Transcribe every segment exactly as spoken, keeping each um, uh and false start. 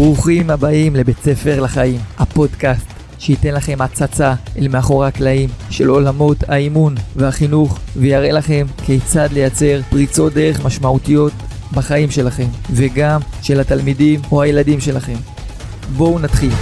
ברוכים הבאים לבית ספר לחיים, הפודקאסט שייתן לכם הצצה אל מאחורי הקלעים של עולמות האימון והחינוך, ויראה לכם כיצד לייצר פריצות דרך משמעותיות בחיים שלכם וגם של התלמידים או הילדים שלכם. בואו נתחיל.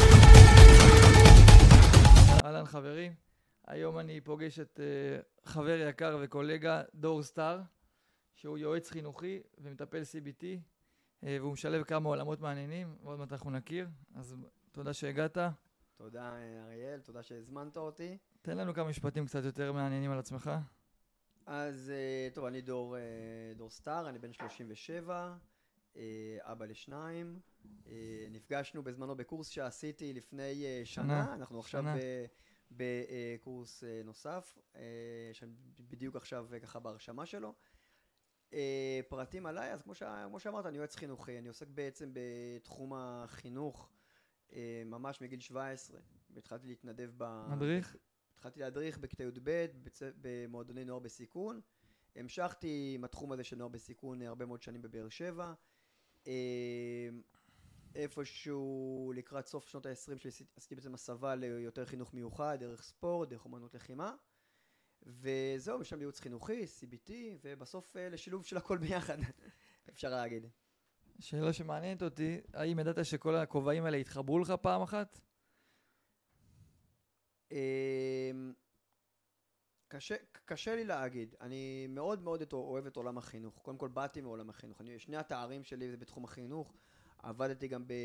אהלן חברים, היום אני פוגש את uh, חבר יקר וקולגה דור סטאר, שהוא יועץ חינוכי ומטפל סי בי טי, uh, והוא משלב כמה עולמות מעניינים, ועוד מעט אנחנו נכיר. אז תודה שהגעת. תודה אריאל, תודה שהזמנת אותי. תן לנו כמה משפטים קצת יותר מעניינים על עצמך. אז טוב, אני דור, דור סטאר, אני בן שלושים ושבע, אבא לשניים. נפגשנו בזמנו בקורס שעשיתי לפני שנה, שנה. אנחנו עכשיו שנה. בקורס נוסף, שאני בדיוק עכשיו ככה בהרשמה שלו. פרטים עליי, אז כמו, ש... כמו שאמרת, אני יועץ חינוכי, אני עוסק בעצם בתחום החינוך, ממש מגיל שבע עשרה, והתחלתי להתנדב ב... מדריך? התחלתי להדריך בכיתה י' ב' בצ... במועדוני נוער בסיכון. המשכתי עם התחום הזה של נוער בסיכון הרבה מאוד שנים בבאר שבע. איפשהו לקראת סוף שנות ה-עשרים שלי עשיתי בעצם הסבה ליותר חינוך מיוחד, דרך ספורט, דרך אומנות לחימה. וזהו, משם ייעוץ חינוכי, סי בי טי, ובסוף לשילוב של הכל ביחד, אפשר להגיד. שאלה שמעניינת אותי, האם ידעת שכל הכובעים האלה התחברו לך פעם אחת? קשה, קשה לי להגיד. אני מאוד מאוד אוהב את עולם החינוך. קודם כל באתי מעולם החינוך. אני, שני התארים שלי זה בתחום החינוך. עבדתי גם ב,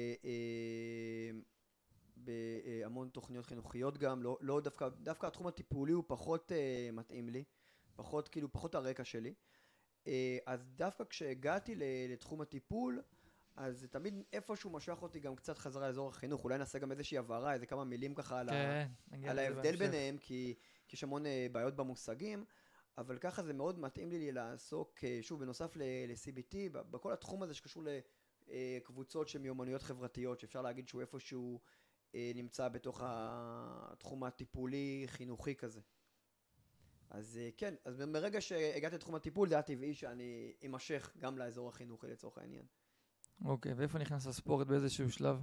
בהמון תוכניות חינוכיות גם. לא, לא דווקא, דווקא התחום הטיפולי הוא פחות מתאים לי. פחות, כאילו, פחות הרקע שלי. אז דווקא כשהגעתי לתחום הטיפול, אז תמיד איפשהו משך אותי גם קצת חזרה לאזור החינוך. אולי נעשה גם איזושהי הבהרה, איזה כמה מילים ככה על, כן, ה... על ההבדל ביניהם, כי, כי יש המון בעיות במושגים, אבל ככה זה מאוד מתאים לי לעסוק, שוב, בנוסף ל-סי בי טי, בכל התחום הזה שקשור לקבוצות של מיומנויות חברתיות, שאפשר להגיד שהוא איפשהו נמצא בתוך התחום הטיפולי חינוכי כזה. אז כן, אז מרגע שהגעתי לתחום הטיפול, זה היה טבעי שאני אמשך גם לאזור החינוכי לצורך העניין. אוקיי, ואיפה נכנס הספורט באיזשהו שלב?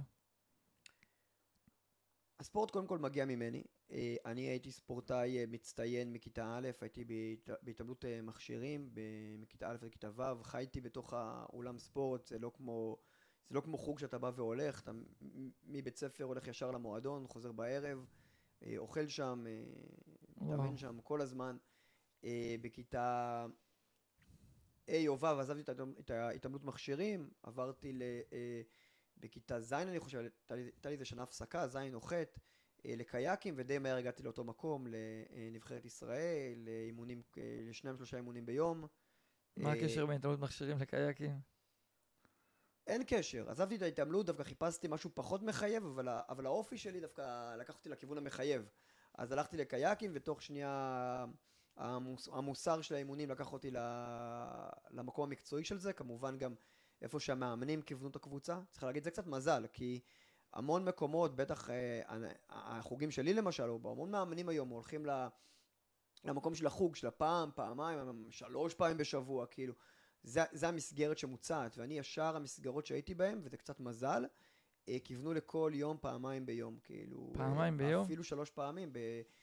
הספורט קודם כל מגיע ממני. אני הייתי ספורטאי מצטיין מכיתה א', הייתי בהתעמלות מכשירים, מכיתה א' לכיתה ו', חייתי בתוך האולם ספורט, זה לא כמו, זה לא כמו חוג שאתה בא והולך, אתה מבית ספר הולך ישר למועדון, חוזר בערב, אוכל שם, מתאמן שם כל הזמן. בכיתה A או ו' עזבתי את ההתעמלות מכשירים, עברתי בכיתה ז' אני חושב, הייתה לי איזה שנה הפסקה, ז' או ח', לקייקים, ודי מהר הגעתי לאותו מקום, לנבחרת ישראל, לאימונים, לשניים שלושה אימונים ביום. מה הקשר בין התעמלות מכשירים לקייקים? אין קשר, עזבתי את ההתעמלות, דווקא חיפשתי משהו פחות מחייב, אבל, אבל האופי שלי דווקא לקחתי לכיוון המחייב. אז הלכתי לקייקים, ותוך שנייה המוס, המוסר של האימונים לקח אותי למקום המקצועי של זה, כמובן גם איפה שהמאמנים כיוונו את הקבוצה. צריך להגיד, זה קצת מזל, כי המון מקומות, בטח החוגים שלי למשל, או בהמון מאמנים היום הולכים למקום של החוג, של הפעם, פעמיים, שלוש פעמים בשבוע, כאילו. זה, זה המסגרת שמוצעת, ואני ישר המסגרות שהייתי בהם, וזה קצת מזל, כיוונו לכל יום פעמיים ביום, כאילו. פעמיים ביום? אפילו שלוש פעמים, ב,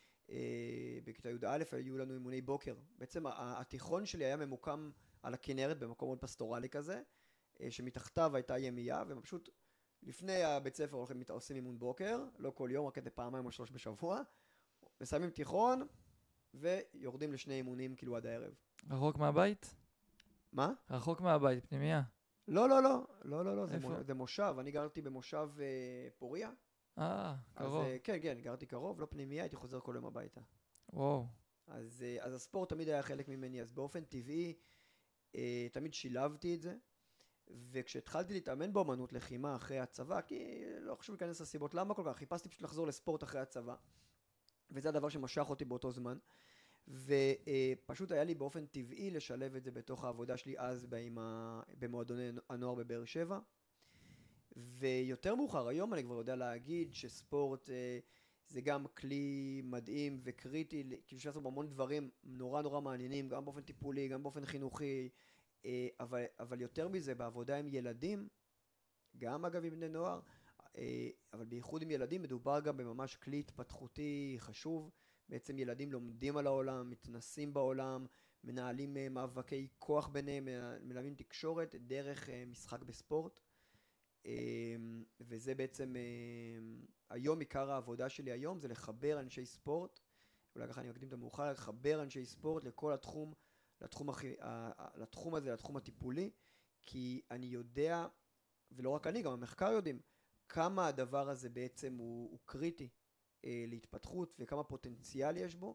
בכיתה י' א' היו לנו אימוני בוקר. בעצם התיכון שלי היה ממוקם על הכנרת, במקום מאוד פסטורלי כזה, שמתחתיו הייתה ימייה, ופשוט לפני הבית ספר הולכים עושים אימון בוקר, לא כל יום, רק כדי פעמיים או שלוש בשבוע, מסיימים תיכון, ויורדים לשני אימונים כאילו עד הערב. רחוק מהבית? מה? רחוק מהבית, פנימיה. לא, לא, לא, לא, לא, לא, זה, מו, זה מושב, אני גרתי במושב אה, פוריה. אה, קרוב. אז, כן, כן, גרתי קרוב, לא פנימיה, הייתי חוזר כל יום הביתה. וואו. אז, אה, אז הספורט תמיד היה חלק ממני, אז באופן טבעי, אה, תמיד שילבתי את זה, וכשהתחלתי להתאמן באמנות לחימה אחרי הצבא, כי לא חשוב להיכנס לסיבות למה כל כך, חיפשתי פשוט לחזור לספורט אחרי הצבא, וזה הדבר שמשך אותי באותו זמן, ופשוט היה לי באופן טבעי לשלב את זה בתוך העבודה שלי אז במועדוני הנוער בבאר שבע. ויותר מאוחר, היום אני כבר יודע להגיד שספורט זה גם כלי מדהים וקריטי, כאילו אפשר לעשות בהמון דברים נורא נורא מעניינים, גם באופן טיפולי, גם באופן חינוכי, אבל, אבל יותר מזה, בעבודה עם ילדים, גם אגב עם בני נוער, אה, אבל בייחוד עם ילדים מדובר גם בממש כלי התפתחותי חשוב. בעצם ילדים לומדים על העולם, מתנסים בעולם, מנהלים אה, מאבקי כוח ביניהם, מלמדים תקשורת דרך אה, משחק בספורט. אה, וזה בעצם, אה, היום עיקר העבודה שלי היום זה לחבר אנשי ספורט, אולי ככה אני מקדים את המאוחר, לחבר אנשי ספורט לכל התחום, לתחום, הכי, לתחום הזה, לתחום הטיפולי, כי אני יודע, ולא רק אני, גם המחקר יודעים, כמה הדבר הזה בעצם הוא, הוא קריטי אה, להתפתחות וכמה פוטנציאל יש בו.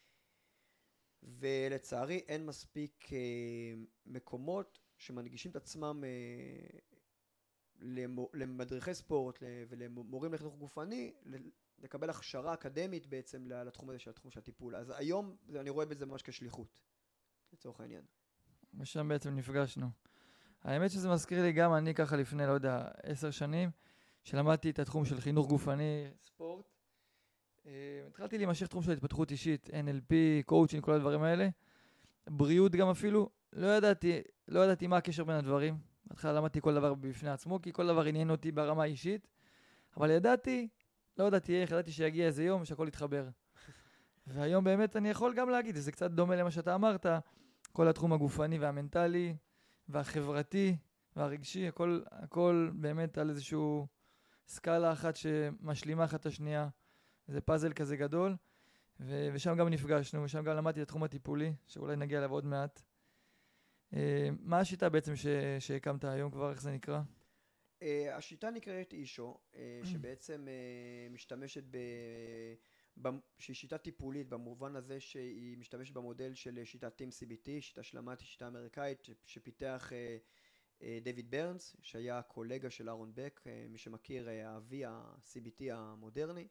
ולצערי אין מספיק אה, מקומות שמנגישים את עצמם אה, למדריכי ספורט ולמורים לחינוך גופני, לקבל הכשרה אקדמית בעצם לתחום הזה של התחום של הטיפול. אז היום אני רואה בזה ממש כשליחות, לצורך העניין. ושם בעצם נפגשנו. האמת שזה מזכיר לי גם אני ככה לפני, לא יודע, עשר שנים, שלמדתי את התחום של חינוך גופני, ספורט. התחלתי להימשך תחום של התפתחות אישית, אן אל פי, קואוצ'ינג, כל הדברים האלה. בריאות גם אפילו. לא ידעתי, לא ידעתי מה הקשר בין הדברים. בהתחלה למדתי כל דבר בפני עצמו, כי כל דבר עניין אותי ברמה האישית. אבל ידעתי, לא ידעתי איך, ידעתי שיגיע איזה יום שהכל יתחבר. והיום באמת אני יכול גם להגיד, זה קצת דומה למה שאתה אמרת, כל התחום הגופני והמנטלי והחברתי והרגשי, הכל, הכל באמת על איזשהו סקאלה אחת שמשלימה אחת השנייה. זה פאזל כזה גדול, ו- ושם גם נפגשנו, ושם גם למדתי את התחום הטיפולי, שאולי נגיע אליו עוד מעט. מה השיטה בעצם ש- שהקמת היום כבר, איך זה נקרא? השיטה נקראת אישו, שבעצם משתמשת ב... שהיא שיטה טיפולית במובן הזה שהיא משתמשת במודל של שיטת טים סי בי טי, שיטה שלמדתי, שיטה אמריקאית שפיתח דיוויד ברנס, שהיה קולגה של אהרון בק, מי שמכיר, האבי ה-סי בי טי המודרני.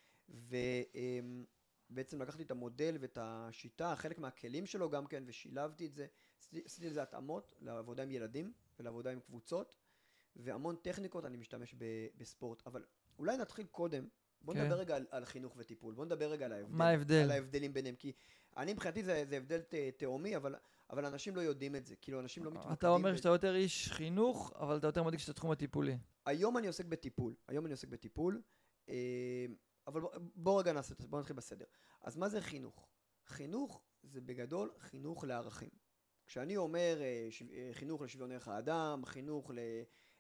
ובעצם לקחתי את המודל ואת השיטה, חלק מהכלים שלו גם כן, ושילבתי את זה, עשיתי לזה התאמות לעבודה עם ילדים ולעבודה עם קבוצות, והמון טכניקות אני משתמש ב- בספורט. אבל אולי נתחיל קודם, בוא נדבר רגע על, על חינוך וטיפול, בוא נדבר רגע על ההבדל, מה ההבדל? על ההבדלים ביניהם, כי אני מבחינתי זה, זה הבדל ת, תאומי, אבל, אבל אנשים לא יודעים את זה, כאילו אנשים לא מתמקדים. אתה אומר שאתה יותר איש חינוך, אבל אתה יותר מדגיש את התחום הטיפולי. היום אני עוסק בטיפול, היום אני עוסק בטיפול, אבל בוא, בוא רגע נעשה, בוא נתחיל בסדר. אז מה זה חינוך? חינוך זה בגדול חינוך לערכים. כשאני אומר חינוך לשוויון ערך האדם, חינוך ל,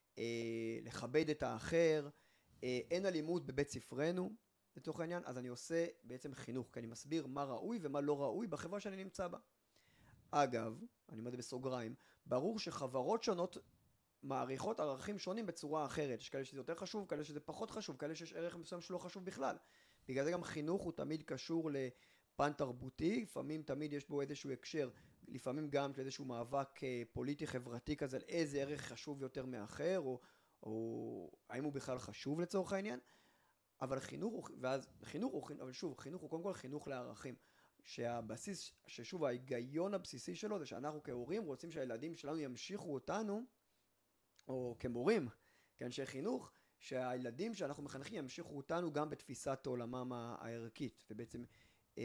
לכבד את האחר, אין אלימות בבית ספרנו, לתוך העניין, אז אני עושה בעצם חינוך, כי אני מסביר מה ראוי ומה לא ראוי בחברה שאני נמצא בה. אגב, אני אומר בסוגריים, ברור שחברות שונות מעריכות ערכים שונים בצורה אחרת. יש כאלה שזה יותר חשוב, כאלה שזה פחות חשוב, כאלה שיש ערך מסוים שלא חשוב בכלל. בגלל זה גם חינוך הוא תמיד קשור לפן תרבותי, לפעמים תמיד יש בו איזשהו הקשר, לפעמים גם איזשהו מאבק פוליטי חברתי כזה, על איזה ערך חשוב יותר מאחר, או, או האם הוא בכלל חשוב לצורך העניין. אבל חינוך הוא, ואז חינוך הוא, אבל שוב, חינוך הוא קודם כל חינוך לערכים. שהבסיס, ששוב, ההיגיון הבסיסי שלו זה שאנחנו כהורים רוצים שהילדים שלנו ימשיכו אותנו, או כמורים, כאנשי חינוך, שהילדים שאנחנו מחנכים ימשיכו אותנו גם בתפיסת עולמם הערכית, ובעצם אה,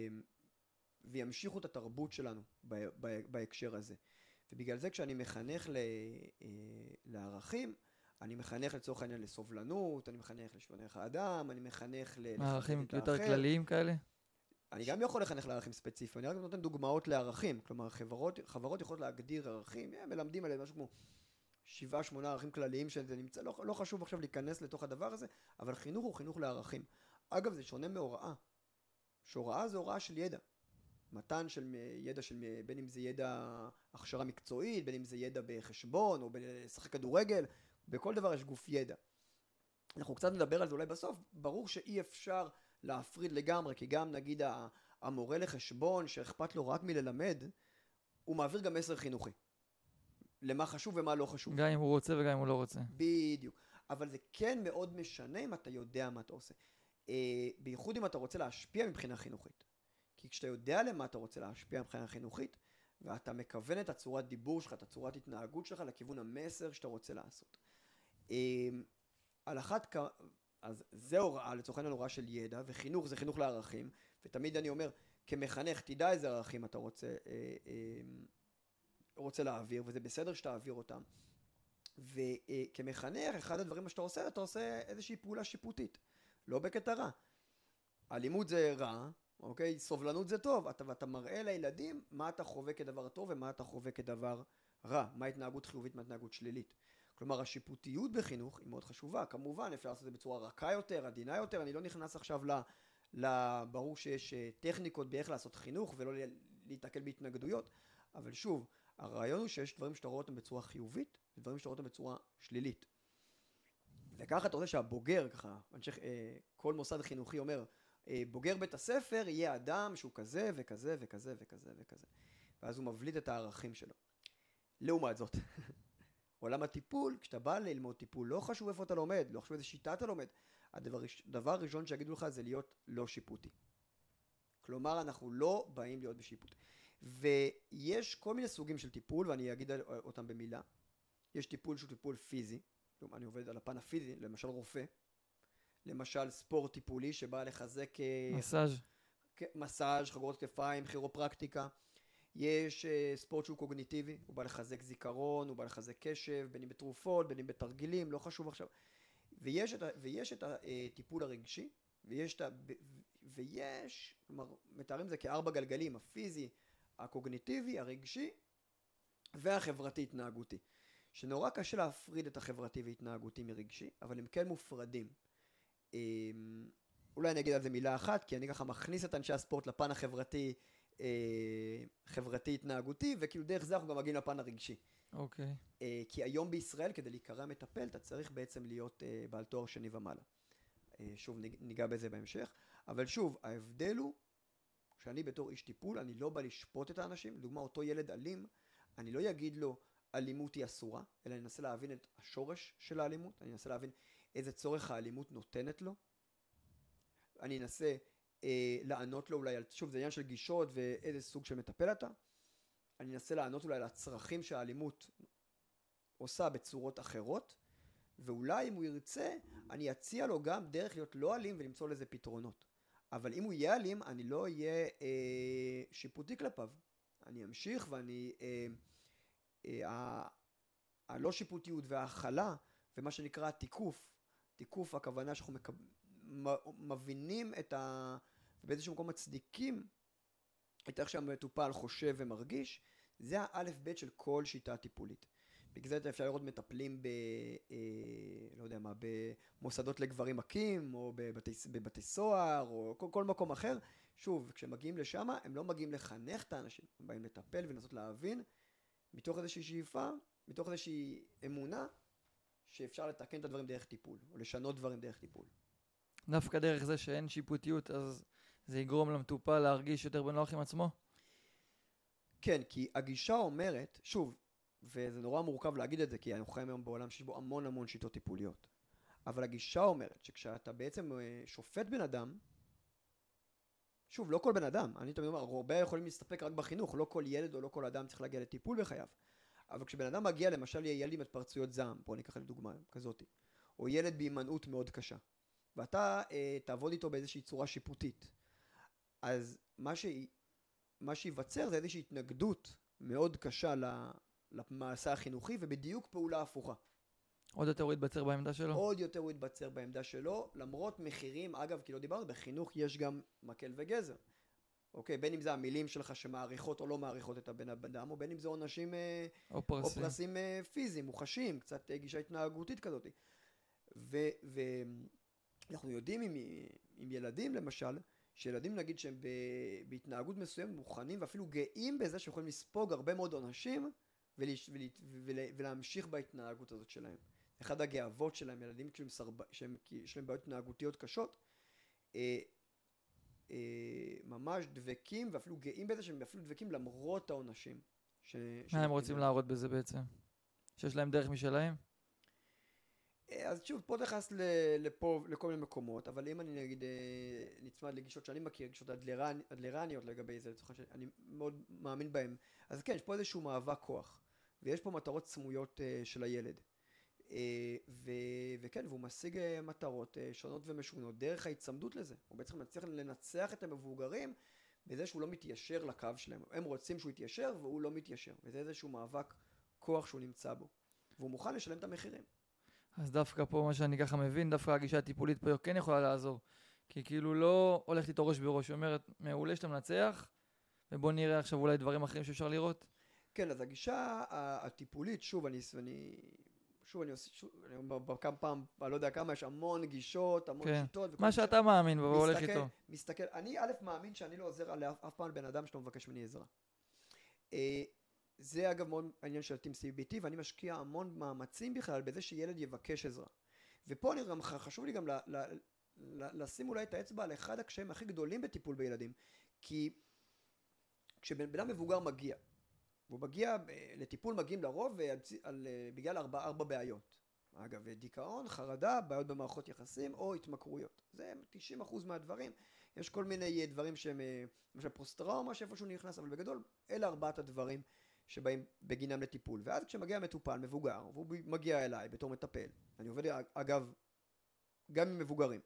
וימשיכו את התרבות שלנו ב, ב, בהקשר הזה. ובגלל זה כשאני מחנך ל, אה, לערכים, אני מחנך לצורך העניין לסובלנות, אני מחנך לשוויון ערך האדם, אני מחנך ל... ערכים יותר כלליים כאלה? אני גם יכול לחנך לערכים ספציפיים, אני רק נותן דוגמאות לערכים, כלומר חברות, חברות יכולות להגדיר ערכים, הם מלמדים עליהם משהו כמו שבעה, שמונה ערכים כלליים שזה נמצא, לא, לא חשוב עכשיו להיכנס לתוך הדבר הזה, אבל חינוך הוא חינוך לערכים. אגב, זה שונה מהוראה, שהוראה זה הוראה של ידע, מתן של ידע, של, בין אם זה ידע הכשרה מקצועית, בין אם זה ידע בחשבון, או לשחק כדורגל, בכל דבר יש גוף ידע. אנחנו קצת נדבר על זה אולי בסוף, ברור שאי אפשר להפריד לגמרי, כי גם נגיד המורה לחשבון שאכפת לו רק מללמד, הוא מעביר גם מסר חינוכי. למה חשוב ומה לא חשוב. גם אם הוא רוצה וגם אם הוא לא רוצה. בדיוק. אבל זה כן מאוד משנה אם אתה יודע מה אתה עושה. אה, בייחוד אם אתה רוצה להשפיע מבחינה חינוכית. כי כשאתה יודע למה אתה רוצה להשפיע מבחינה חינוכית, ואתה מכוון את הצורת דיבור שלך, את הצורת התנהגות שלך לכיוון המסר שאתה רוצה לעשות. אה, על אחת, אז זה הוראה, לצורך העניין הוראה של ידע, וחינוך זה חינוך לערכים, ותמיד אני אומר, כמחנך, תדע איזה ערכים אתה רוצה, אה, אה, רוצה להעביר, וזה בסדר שתעביר אותם. וכמחנך, אחד הדברים שאתה עושה, אתה עושה איזושהי פעולה שיפוטית, לא בקטע רע. אלימות זה רע, אוקיי? סובלנות זה טוב, אתה, ואתה מראה לילדים מה אתה חווה כדבר טוב ומה אתה חווה כדבר רע, מה התנהגות חיובית, מה התנהגות שלילית. כלומר, השיפוטיות בחינוך היא מאוד חשובה, כמובן, אפשר לעשות את זה בצורה רכה יותר, עדינה יותר, אני לא נכנס עכשיו ל... ברור שיש טכניקות באיך לעשות חינוך ולא להתעכל בהתנגדויות, אבל שוב, הרעיון הוא שיש דברים שאתה רואה אותם בצורה חיובית, ודברים שאתה רואה אותם בצורה שלילית. וככה אתה רוצה שהבוגר, ככה, אנשי, כל מוסד חינוכי אומר, בוגר בית הספר יהיה אדם שהוא כזה וכזה וכזה וכזה וכזה. ואז הוא מבליט את הערכים שלו. לעומת זאת, עולם הטיפול, כשאתה בא ללמוד טיפול, לא חשוב איפה אתה לומד, לא חשוב איזה שיטה אתה לומד. הדבר, הדבר הראשון שיגידו לך זה להיות לא שיפוטי. כלומר, אנחנו לא באים להיות בשיפוט. ויש כל מיני סוגים של טיפול, ואני אגיד אותם במילה. יש טיפול שהוא טיפול פיזי, אני עובד על הפן הפיזי, למשל רופא, למשל ספורט טיפולי שבא לחזק... מסאז'. מסאז', חגורות כתפיים, כירופרקטיקה. יש uh, ספורט שהוא קוגניטיבי, הוא בא לחזק זיכרון, הוא בא לחזק קשב, בין אם בתרופות, בין אם בתרגילים, לא חשוב עכשיו. ויש את, ויש את הטיפול הרגשי, ויש, את ה, ויש, כלומר, מתארים זה כארבע גלגלים, הפיזי, הקוגניטיבי, הרגשי, והחברתי-התנהגותי. שנורא קשה להפריד את החברתי והתנהגותי מרגשי, אבל הם כן מופרדים. אולי אני אגיד על זה מילה אחת, כי אני ככה מכניס את אנשי הספורט לפן החברתי, חברתי-התנהגותי, וכאילו דרך זה אנחנו גם מגיעים לפן הרגשי. אוקיי. כי היום בישראל, כדי להיקרא מטפל, אתה צריך בעצם להיות בעל תואר שני ומעלה. שוב, ניגע בזה בהמשך. אבל שוב, ההבדל הוא, שאני בתור איש טיפול, אני לא בא לשפוט את האנשים. לדוגמה, אותו ילד אלים, אני לא אגיד לו, אלימות היא אסורה, אלא אני אנסה להבין את השורש של האלימות, אני אנסה להבין איזה צורך האלימות נותנת לו. אני אנסה אה, לענות לו אולי, על, שוב, זה עניין של גישות ואיזה סוג של מטפל אתה. אני אנסה לענות אולי על הצרכים שהאלימות עושה בצורות אחרות, ואולי אם הוא ירצה, אני אציע לו גם דרך להיות לא אלים ולמצוא לזה פתרונות. אבל אם הוא יהיה אלים, אני לא אהיה אה, שיפוטי כלפיו. אני אמשיך ואני... אה, ה... הלא שיפוטיות וההכלה, ומה שנקרא התיקוף, תיקוף הכוונה שאנחנו מקב... מבינים את ה... ובאיזשהו מקום מצדיקים את איך שהמטופל חושב ומרגיש, זה האלף בית של כל שיטה טיפולית. בגלל זה אפשר לראות מטפלים ב... אה, לא יודע מה, במוסדות לגברים מכים, או בבתי, בבתי סוהר, או כל, כל מקום אחר. שוב, כשמגיעים לשם, הם לא מגיעים לחנך את האנשים, הם באים לטפל ולנסות להבין, מתוך איזושהי שאיפה, מתוך איזושהי אמונה, שאפשר לתקן את הדברים דרך טיפול, או לשנות דברים דרך טיפול. דווקא דרך זה שאין שיפוטיות, אז זה יגרום למטופל להרגיש יותר בנוח עם עצמו? כן, כי הגישה אומרת, שוב, וזה נורא מורכב להגיד את זה, כי אנחנו חיים היום בעולם שיש בו המון המון שיטות טיפוליות, אבל הגישה אומרת שכשאתה בעצם שופט בן אדם, שוב, לא כל בן אדם, אני תמיד אומר, הרבה יכולים להסתפק רק בחינוך, לא כל ילד או לא כל אדם צריך להגיע לטיפול בחייו. אבל כשבן אדם מגיע, למשל, ילד עם התפרצויות זעם, בוא ניקח לדוגמה כזאת, או ילד בהימנעות מאוד קשה, ואתה אה, תעבוד איתו באיזושהי צורה שיפוטית, אז מה, ש... מה שיווצר זה איזושהי התנגדות מאוד קשה למעשה החינוכי, ובדיוק פעולה הפוכה. עוד יותר הוא יתבצר בעמדה שלו? עוד יותר הוא יתבצר בעמדה שלו, למרות מחירים, אגב, כי לא דיברנו, בחינוך יש גם מקל וגזר. אוקיי, בין אם זה המילים שלך שמעריכות או לא מעריכות את הבן אדם, או בין אם זה עונשים או פרסים, או פרסים פיזיים, מוחשים, קצת גישה התנהגותית כזאת. ואנחנו יודעים עם, עם ילדים, למשל, שילדים נגיד שהם בהתנהגות מסוימת מוכנים, ואפילו גאים בזה שיכולים לספוג הרבה מאוד עונשים, ולהמשיך בהתנהגות הזאת שלהם. אחד הגאוות שלהם, ילדים שיש להם בעיות התנהגותיות קשות, ממש דבקים ואפילו גאים בזה שהם אפילו דבקים למרות העונשים. מה הם רוצים להראות בזה בעצם? שיש להם דרך משלהם? אז שוב, פה נכנס לפה, לכל מיני מקומות, אבל אם אני נגיד נצמד לגישות שאני מכיר, גישות אדלרניות לגבי זה, אני מאוד מאמין בהם, אז כן, יש פה איזשהו מאבק כוח, ויש פה מטרות סמויות של הילד, ו, וכן, והוא משיג מטרות שונות ומשונות, דרך ההצמדות לזה, הוא בעצם מצליח לנצח את המבוגרים, בזה שהוא לא מתיישר לקו שלהם, הם רוצים שהוא יתיישר והוא לא מתיישר, וזה איזשהו מאבק כוח שהוא נמצא בו. והוא מוכן לשלם את המחירים. אז דווקא פה, מה שאני ככה מבין, דווקא הגישה הטיפולית פה כן יכולה לעזור. כי כאילו לא הולכת איתו ראש בראש, היא אומרת, מעולה שאתה מנצח, ובוא נראה עכשיו אולי דברים אחרים שאפשר לראות. כן, אז הגישה הטיפולית, שוב, אני, אני, שוב, אני עושה, שוב, אני אומר, כמה פעם, אני לא יודע כמה, יש המון גישות, המון כן. שיטות. מה שאתה ש... מאמין בו, והולך איתו. מסתכל, אני א' מאמין שאני לא עוזר על אף פעם לבן אדם שלא מבקש ממני עזרה. זה אגב מאוד העניין של Team סי בי טי, ואני משקיע המון מאמצים בכלל בזה שילד יבקש עזרה. ופה אני גם, חשוב לי גם ל, ל, ל, לשים אולי את האצבע על אחד הקשיים הכי גדולים בטיפול בילדים, כי כשבן אדם מבוגר מגיע, והוא מגיע לטיפול, מגיעים לרוב על, על, בגלל ארבע, ארבע בעיות. אגב, דיכאון, חרדה, בעיות במערכות יחסים או התמכרויות. זה תשעים אחוז מהדברים. יש כל מיני דברים שהם, למשל פוסט-טראומה שאיפשהו נכנס, אבל בגדול, אלה ארבעת הדברים שבאים בגינם לטיפול. ואז כשמגיע מטופל מבוגר, והוא מגיע אליי בתור מטפל, אני עובד, אגב, גם עם מבוגרים.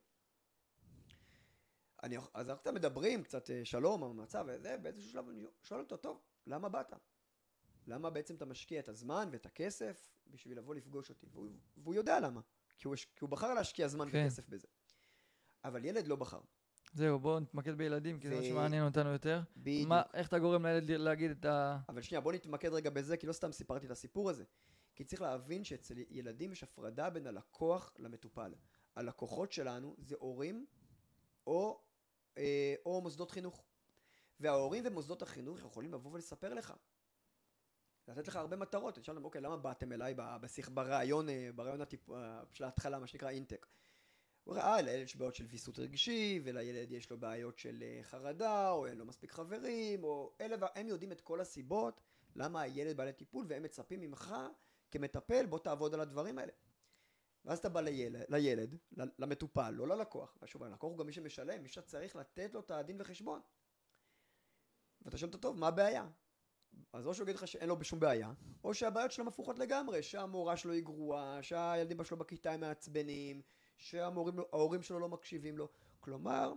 אני, אז אנחנו מדברים קצת שלום, המצב, וזה, באיזשהו שלב אני שואל אותו, טוב, למה באת? למה בעצם אתה משקיע את הזמן ואת הכסף בשביל לבוא לפגוש אותי? והוא, והוא יודע למה, כי הוא, כי הוא בחר להשקיע זמן כן. וכסף בזה. אבל ילד לא בחר. זהו, בואו נתמקד בילדים, כי ו... זה מה שמעניין אותנו יותר. מה, איך אתה גורם לילד להגיד את ה... אבל שנייה, בואו נתמקד רגע בזה, כי לא סתם סיפרתי את הסיפור הזה. כי צריך להבין שאצל ילדים יש הפרדה בין הלקוח למטופל. הלקוחות שלנו זה הורים או, אה, או מוסדות חינוך. וההורים ומוסדות החינוך יכולים לבוא ולספר לך. לתת לך הרבה מטרות. אני שואל, אוקיי, למה באתם אליי בשיח, ברעיון, ברעיון הטיפ... של ההתחלה, מה שנקרא אינטק? הוא ראה, לילד יש בעיות של ויסות רגשי, ולילד יש לו בעיות של חרדה, או אין לו מספיק חברים, או אלה, הם יודעים את כל הסיבות, למה הילד בא לטיפול, והם מצפים ממך כמטפל, בוא תעבוד על הדברים האלה. ואז אתה בא לילד, לילד, למטופל, לא ללקוח, ושוב, הלקוח הוא גם מי שמשלם, מי שצריך לתת לו את הדין וחשבון. ואתה שואל אותו, טוב, מה הבעיה? אז או שהוא יגיד לך שאין לו בשום בעיה, או שהבעיות שלו מפוכות לגמרי, שהמורה שלו היא גרועה, שהילדים שלו בכיתה הם מעצבנים, שההורים שלו לא מקשיבים לו. כלומר,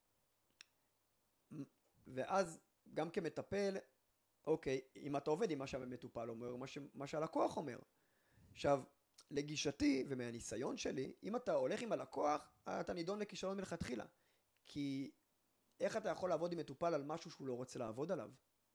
ואז גם כמטפל, אוקיי, אם אתה עובד עם מה שהמטופל אומר, מה, ש, מה שהלקוח אומר. עכשיו, לגישתי ומהניסיון שלי, אם אתה הולך עם הלקוח, אתה נידון לכישלון מלכתחילה. כי איך אתה יכול לעבוד עם מטופל על משהו שהוא לא רוצה לעבוד עליו?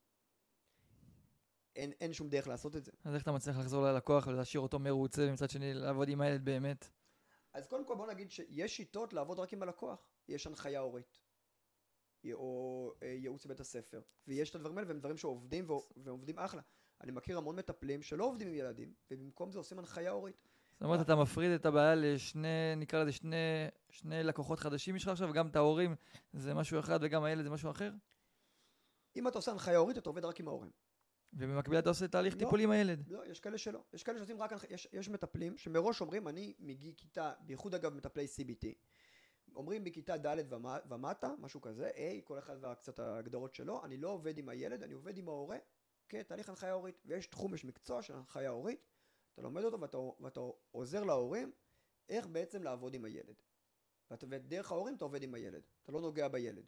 אין, אין שום דרך לעשות את זה. אז איך אתה מצליח לחזור ללקוח ולהשאיר אותו מרוצה, ומצד שני לעבוד עם הילד באמת? אז קודם כל בוא נגיד שיש שיטות לעבוד רק עם הלקוח. יש הנחיה הורית, או ייעוץ בבית הספר, ויש את הדברים האלה, והם דברים שעובדים ועובדים אחלה. אני מכיר המון מטפלים שלא עובדים עם ילדים, ובמקום זה עושים הנחיה הורית. זאת אומרת, אתה מפריד את הבעיה לשני, נקרא לזה שני, שני לקוחות חדשים יש לך עכשיו, וגם את ההורים זה משהו אחד, וגם הילד זה משהו אחר? אם אתה עושה הנחיה הורית, אתה עובד רק עם ההורים. ובמקביל אתה עושה תהליך טיפול עם הילד. לא, יש כאלה שלא. יש כאלה שעושים רק, יש, יש מטפלים שמראש אומרים, אני מגיע כיתה, בייחוד אגב מטפלי סי בי טי, אומרים מכיתה ד' ומטה, משהו כזה, היי, כל אחד והקצת ההגדרות שלו, אני לא עובד עם הילד, אני עובד עם ההורה, כתהליך הנחיה הורית, ויש תחום, יש מקצוע של הנחיה הורית, אתה לומד אותו ואתה, ואתה עוזר להורים איך בעצם לעבוד עם הילד. ואתה, ודרך ההורים אתה עובד עם הילד, אתה לא נוגע בילד.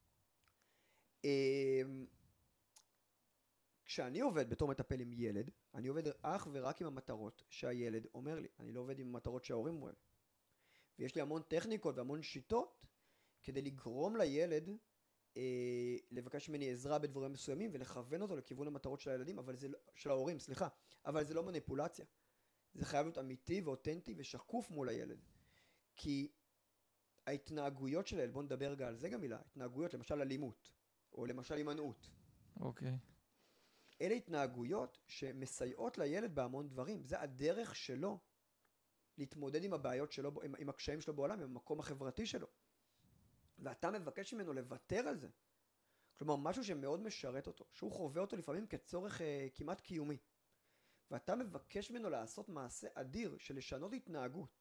כשאני עובד בתור מטפל עם ילד, אני עובד אך ורק עם המטרות שהילד אומר לי. אני לא עובד עם המטרות שההורים אומרים. ויש לי המון טכניקות והמון שיטות כדי לגרום לילד אה, לבקש ממני עזרה בדברים מסוימים ולכוון אותו לכיוון המטרות של הילדים, אבל זה, של ההורים, סליחה. אבל זה לא מניפולציה. זה חייב להיות אמיתי ואותנטי ושקוף מול הילד. כי ההתנהגויות של הילד, בוא נדבר רגע על זה גם מילה, התנהגויות, למשל אלימות, או למשל הימנעות. אוקיי. Okay. אלה התנהגויות שמסייעות לילד בהמון דברים. זה הדרך שלו להתמודד עם הבעיות שלו, עם, עם הקשיים שלו בעולם, עם המקום החברתי שלו. ואתה מבקש ממנו לוותר על זה. כלומר, משהו שמאוד משרת אותו, שהוא חווה אותו לפעמים כצורך אה, כמעט קיומי. ואתה מבקש ממנו לעשות מעשה אדיר של לשנות התנהגות.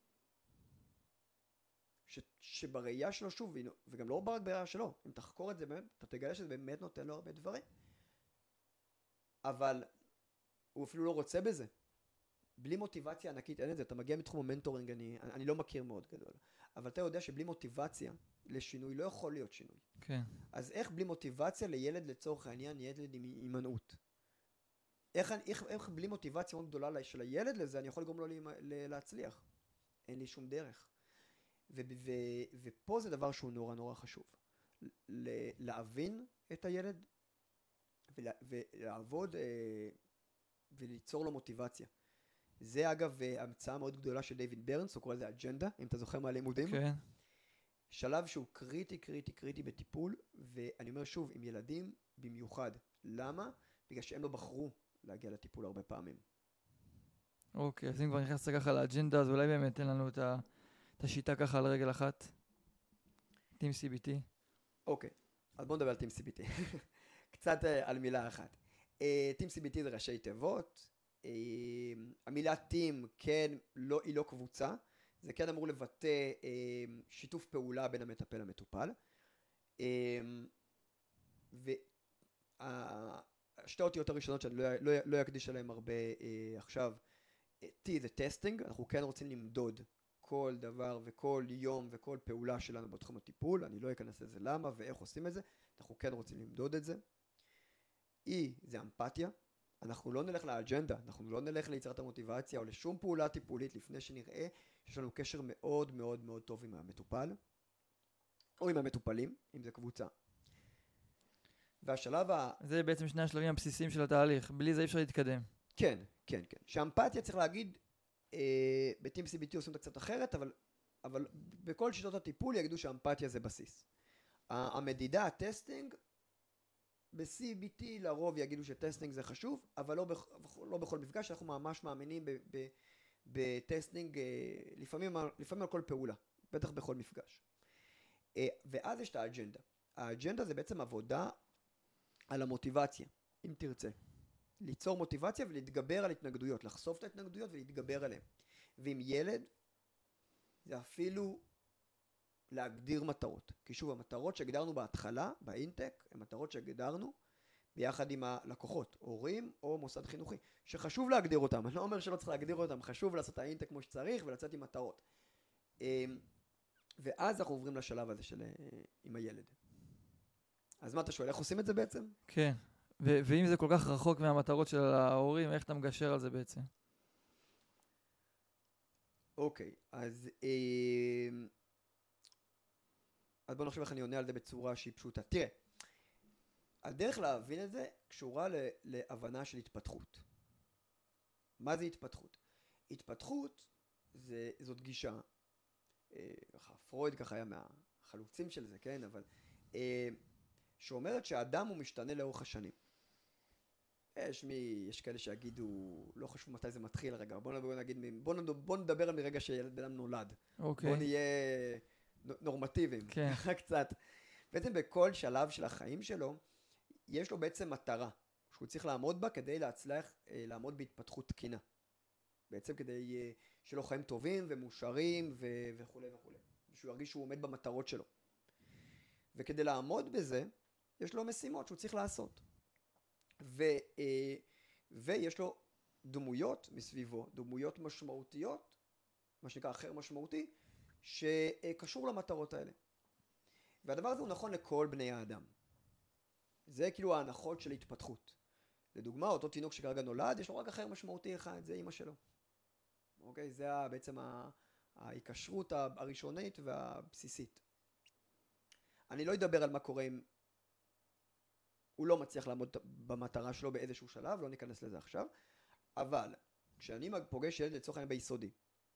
ש, שבראייה שלו שוב, וגם לא רק בראייה שלו, אם תחקור את זה באמת, אתה תגלה שזה באמת נותן לו הרבה דברים. אבל הוא אפילו לא רוצה בזה. בלי מוטיבציה ענקית אין את זה. אתה מגיע מתחום המנטורינג, אני, אני לא מכיר מאוד גדול. אבל אתה יודע שבלי מוטיבציה לשינוי לא יכול להיות שינוי. כן. אז איך בלי מוטיבציה לילד לצורך העניין, ילד עם הימנעות? איך, איך, איך בלי מוטיבציה מאוד גדולה של הילד לזה, אני יכול לגרום לו להצליח. אין לי שום דרך. ו, ו, ופה זה דבר שהוא נורא נורא חשוב. להבין את הילד ולה, ולעבוד וליצור לו מוטיבציה. זה אגב המצאה מאוד גדולה של דיוויד ברנס, הוא קורא לזה אג'נדה, אם אתה זוכר מהלימודים. כן. שלב שהוא קריטי, קריטי, קריטי בטיפול, ואני אומר שוב, עם ילדים במיוחד. למה? בגלל שהם לא בחרו להגיע לטיפול הרבה פעמים. אוקיי, אז אם כבר נכנסת ככה לאג'נדה, אז אולי באמת תן לנו את השיטה ככה על רגל אחת. טים סי בי טי. אוקיי, אז בואו נדבר על טים סי בי טי. קצת על מילה אחת. טים סי בי טי זה ראשי תיבות. המילה טים, כן, לא, היא לא קבוצה. זה כן אמור לבטא שיתוף פעולה בין המטפל למטופל. והשתי אותיות הראשונות שאני לא, לא, לא אקדיש עליהן הרבה עכשיו, T זה טסטינג, אנחנו כן רוצים למדוד כל דבר וכל יום וכל פעולה שלנו בתחום הטיפול, אני לא אכנס לזה למה ואיך עושים את זה, אנחנו כן רוצים למדוד את זה. E זה אמפתיה, אנחנו לא נלך לאג'נדה, אנחנו לא נלך ליצירת המוטיבציה או לשום פעולה טיפולית לפני שנראה שיש לנו קשר מאוד מאוד מאוד טוב עם המטופל, או עם המטופלים, אם זה קבוצה. והשלב ה... זה בעצם שני השלבים הבסיסיים של התהליך, בלי זה אי אפשר להתקדם. כן, כן, כן. שאמפתיה צריך להגיד, אה, ב-טים סי בי טי עושים את קצת אחרת, אבל, אבל בכל שיטות הטיפול יגידו שאמפתיה זה בסיס. המדידה, הטסטינג, ב-סי בי טי לרוב יגידו שטסטינג זה חשוב, אבל לא, בכ, לא בכל מפגש, אנחנו ממש מאמינים בטסטינג, לפעמים, לפעמים על כל פעולה, בטח בכל מפגש. ואז יש את האג'נדה. האג'נדה זה בעצם עבודה על המוטיבציה, אם תרצה. ליצור מוטיבציה ולהתגבר על התנגדויות, לחשוף את ההתנגדויות ולהתגבר עליהן. ועם ילד, זה אפילו להגדיר מטרות. כי שוב, המטרות שהגדרנו בהתחלה, באינטק, הן מטרות שהגדרנו ביחד עם הלקוחות, הורים או מוסד חינוכי, שחשוב להגדיר אותם. אני לא אומר שלא צריך להגדיר אותם, חשוב לעשות את האינטק כמו שצריך ולצאת עם מטרות. ואז אנחנו עוברים לשלב הזה של עם הילד. אז מה אתה שואל, איך עושים את זה בעצם? כן. ו- ואם זה כל כך רחוק מהמטרות של ההורים, איך אתה מגשר על זה בעצם? אוקיי, אז... אה, אז בוא נחשוב איך אני עונה על זה בצורה שהיא פשוטה. תראה, הדרך להבין את זה קשורה ל- להבנה של התפתחות. מה זה התפתחות? התפתחות זה, זאת גישה, אה, ככה, פרויד ככה היה מהחלוצים של זה, כן? אבל... אה, שאומרת שהאדם הוא משתנה לאורך השנים. יש מי, יש כאלה שיגידו, לא חשוב מתי זה מתחיל רגע, בוא, בוא נגיד, בוא, בוא נדבר על מרגע שילד בן אדם נולד. אוקיי. בוא נהיה נורמטיביים. כן. קצת. בעצם בכל שלב של החיים שלו, יש לו בעצם מטרה, שהוא צריך לעמוד בה כדי להצליח לעמוד בהתפתחות תקינה. בעצם כדי שלו חיים טובים ומאושרים ו- וכו' וכו'. שהוא ירגיש שהוא עומד במטרות שלו. וכדי לעמוד בזה, יש לו משימות שהוא צריך לעשות. ו, ויש לו דמויות מסביבו, דמויות משמעותיות, מה שנקרא אחר משמעותי, שקשור למטרות האלה. והדבר הזה הוא נכון לכל בני האדם. זה כאילו ההנחות של התפתחות. לדוגמה, אותו תינוק שכרגע נולד, יש לו רק אחר משמעותי אחד, זה אמא שלו. אוקיי? זה בעצם ההיקשרות הראשונית והבסיסית. אני לא אדבר על מה קורה אם הוא לא מצליח לעמוד במטרה שלו באיזשהו שלב, לא ניכנס לזה עכשיו, אבל כשאני פוגש ילד לצורך העניין ביסודי,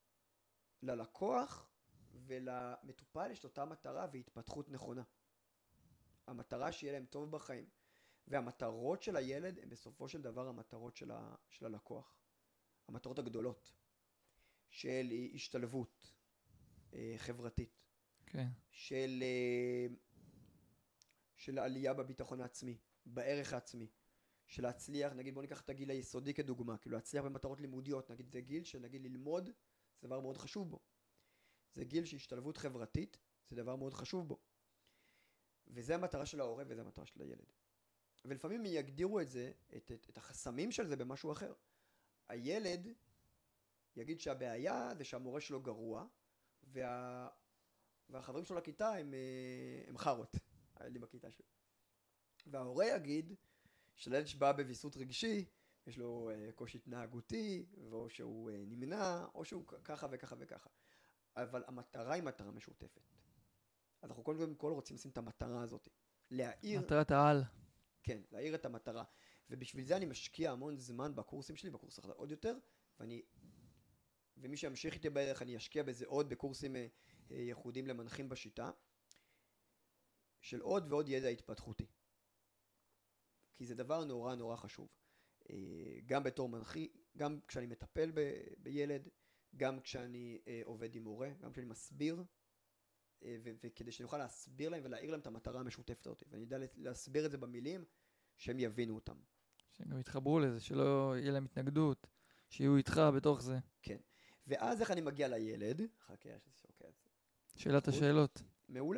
ללקוח ולמטופל יש אותה מטרה והתפתחות נכונה. המטרה שיהיה להם טוב בחיים, והמטרות של הילד הן בסופו של דבר המטרות של, ה, של הלקוח. המטרות הגדולות של השתלבות אה, חברתית. כן. של, אה, של העלייה בביטחון העצמי, בערך העצמי. של להצליח, נגיד בוא ניקח את הגיל היסודי כדוגמה, כאילו להצליח במטרות לימודיות, נגיד זה גיל שנגיד ללמוד, זה דבר מאוד חשוב בו. זה גיל של השתלבות חברתית, זה דבר מאוד חשוב בו. וזה המטרה של ההורה וזה המטרה של הילד. ולפעמים יגדירו את זה, את, את, את החסמים של זה במשהו אחר. הילד יגיד שהבעיה זה שהמורה שלו גרוע, וה... והחברים שלו לכיתה הם, הם חרות, הילדים בכיתה שלו. וההורה יגיד שלילד שבא בביסות רגשי, יש לו uh, קושי התנהגותי, או שהוא uh, נמנע, או שהוא ככה וככה וככה. אבל המטרה היא מטרה משותפת. אז אנחנו קודם כל רוצים לשים את המטרה הזאת. להאיר... מטרת העל. כן, להאיר את המטרה. ובשביל זה אני משקיע המון זמן בקורסים שלי, בקורס אחר עוד יותר, ואני... ומי שימשיך איתי בערך, אני אשקיע בזה עוד בקורסים uh, ייחודים למנחים בשיטה, של עוד ועוד ידע התפתחותי. כי זה דבר נורא נורא חשוב. גם בתור מנחי, גם כשאני מטפל ב- בילד, גם כשאני אה, עובד עם מורה, גם כשאני מסביר, אה, ו- וכדי שאני אוכל להסביר להם ולהעיר להם את המטרה המשותפת אותי, ואני יודע להסביר את זה במילים שהם יבינו אותם. שגם יתחברו לזה, שלא יהיה להם התנגדות, שיהיו איתך בתוך זה. כן. ואז איך אני מגיע לילד? חכה, יש איזה שוקע את זה. שאלת השאלות. מעולה.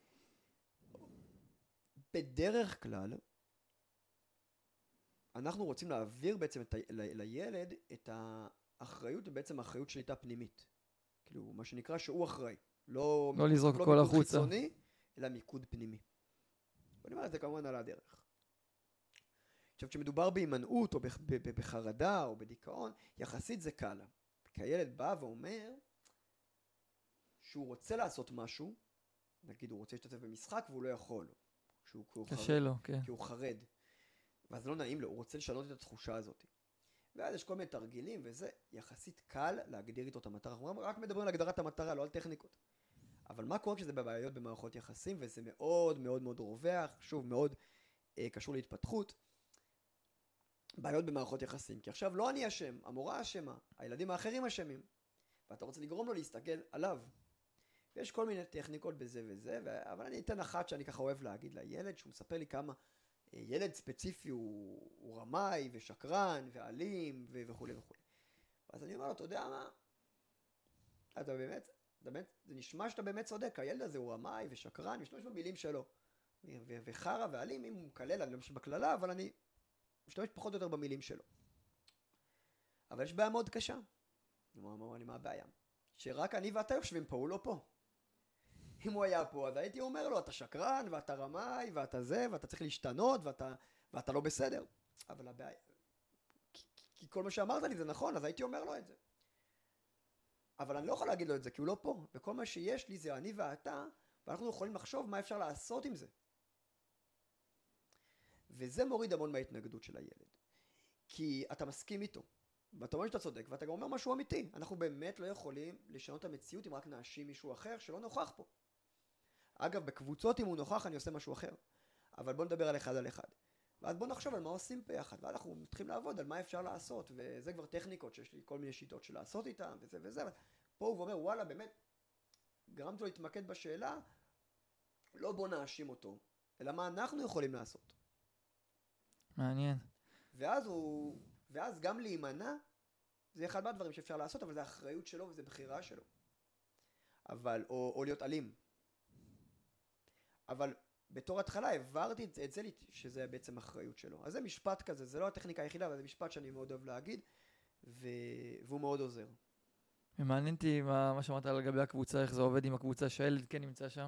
בדרך כלל, אנחנו רוצים להעביר בעצם את ה... ל... לילד את האחריות, בעצם האחריות שליטה פנימית. כאילו, מה שנקרא שהוא אחראי. לא, לא לזרוק לא הכל מיקוד החוצה. חיצוני, אלא מיקוד פנימי. ואני אומר את זה כמובן על הדרך. עכשיו, כשמדובר בהימנעות, או בח... ב... ב... בחרדה, או בדיכאון, יחסית זה קל. כי הילד בא ואומר שהוא רוצה לעשות משהו, נגיד הוא רוצה להשתתף במשחק והוא לא יכול. שהוא, קשה חרד, לו, כן. כי הוא חרד. ואז לא נעים לו, הוא רוצה לשנות את התחושה הזאת. ואז יש כל מיני תרגילים, וזה יחסית קל להגדיר איתו את המטרה. אנחנו רק מדברים על הגדרת המטרה, לא על טכניקות. אבל מה קורה כשזה בבעיות במערכות יחסים, וזה מאוד מאוד מאוד רווח, שוב, מאוד אה, קשור להתפתחות, בעיות במערכות יחסים. כי עכשיו לא אני אשם, המורה אשמה, הילדים האחרים אשמים, ואתה רוצה לגרום לו להסתכל עליו. ויש כל מיני טכניקות בזה וזה, ו... אבל אני אתן אחת שאני ככה אוהב להגיד לילד, שהוא מספר לי כמה ילד ספציפי הוא, הוא רמאי ושקרן ואלים ו... וכו' וכו'. אז אני אומר לו, אתה יודע מה? אתה באמת, אתה באמת, זה נשמע שאתה באמת צודק, הילד הזה הוא רמאי ושקרן, משתמש במילים שלו. ו... ו... וחרה ואלים, אם הוא מקלל, אני לא משתמש בכללה, אבל אני משתמש פחות או יותר במילים שלו. אבל יש בעיה מאוד קשה. הוא אמר לי, מה הבעיה? שרק אני ואתה יושבים פה, הוא לא פה. אם הוא היה פה, אז הייתי אומר לו, אתה שקרן, ואתה רמאי, ואתה זה, ואתה צריך להשתנות, ואתה, ואתה לא בסדר. אבל הבעיה... כי, כי כל מה שאמרת לי זה נכון, אז הייתי אומר לו את זה. אבל אני לא יכול להגיד לו את זה, כי הוא לא פה. וכל מה שיש לי זה אני ואתה, ואנחנו יכולים לחשוב מה אפשר לעשות עם זה. וזה מוריד המון מההתנגדות של הילד. כי אתה מסכים איתו. ואתה אומר שאתה צודק, ואתה גם אומר משהו אמיתי. אנחנו באמת לא יכולים לשנות את המציאות אם רק נאשים מישהו אחר שלא נוכח פה. אגב, בקבוצות אם הוא נוכח אני עושה משהו אחר. אבל בוא נדבר על אחד על אחד. ואז בוא נחשוב על מה עושים ביחד. ואז אנחנו מתחילים לעבוד על מה אפשר לעשות. וזה כבר טכניקות שיש לי כל מיני שיטות של לעשות איתם, וזה וזה. אבל פה הוא אומר, וואלה, באמת, גרמת לו להתמקד בשאלה, לא בוא נאשים אותו, אלא מה אנחנו יכולים לעשות. מעניין. ואז הוא... ואז גם להימנע, זה אחד מהדברים שאפשר לעשות, אבל זה האחריות שלו וזה בחירה שלו. אבל, או, או להיות אלים. אבל בתור התחלה העברתי את, את זה, שזה בעצם אחריות שלו. אז זה משפט כזה, זה לא הטכניקה היחידה, אבל זה משפט שאני מאוד אוהב להגיד, ו... והוא מאוד עוזר. ומעניין אותי מה, מה שאמרת לגבי הקבוצה, איך זה עובד עם הקבוצה שהילד כן נמצא שם.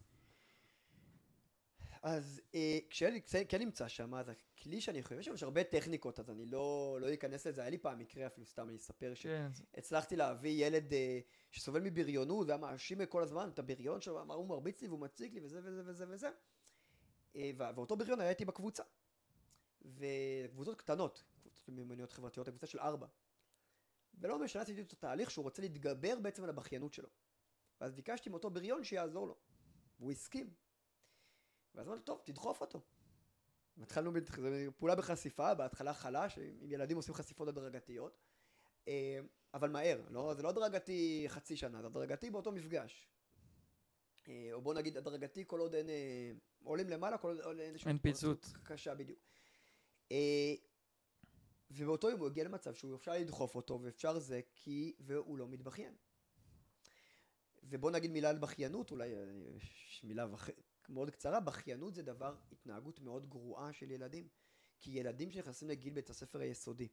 אז אה, כשילד כן נמצא שם, אז הכלי שאני חושב, יש הרבה טכניקות, אז אני לא, לא אכנס לזה, היה לי פעם מקרה אפילו סתם, אני אספר שהצלחתי כן. להביא ילד אה, שסובל מבריונות, והיה מאשים כל הזמן, את הבריון שלו, אמר, הוא מרביץ לי והוא מציק לי וזה וזה וזה וזה. אה, ואותו בריון היה איתי בקבוצה. וקבוצות קטנות, קבוצות מיומנויות חברתיות, הקבוצה של ארבע. ולא משנה, עשיתי את התהליך שהוא רוצה להתגבר בעצם על הבכיינות שלו. ואז ביקשתי מאותו בריון שיעזור לו. והוא הסכים. ואז אמרתי, טוב, תדחוף אותו. התחלנו פעולה בחשיפה, בהתחלה חלש, עם ילדים עושים חשיפות הדרגתיות, אבל מהר, לא, זה לא הדרגתי חצי שנה, זה הדרגתי באותו מפגש. או בוא נגיד, הדרגתי כל עוד אין, עולים למעלה, כל עוד אין אין פיצוץ. קשה בדיוק. ובאותו יום הוא הגיע למצב שהוא אפשר לדחוף אותו, ואפשר זה כי, והוא לא מתבכיין. ובוא נגיד מילה על בכיינות, אולי מילה וח... מאוד קצרה, בכיינות זה דבר, התנהגות מאוד גרועה של ילדים, כי ילדים שנכנסים לגיל בית הספר היסודי,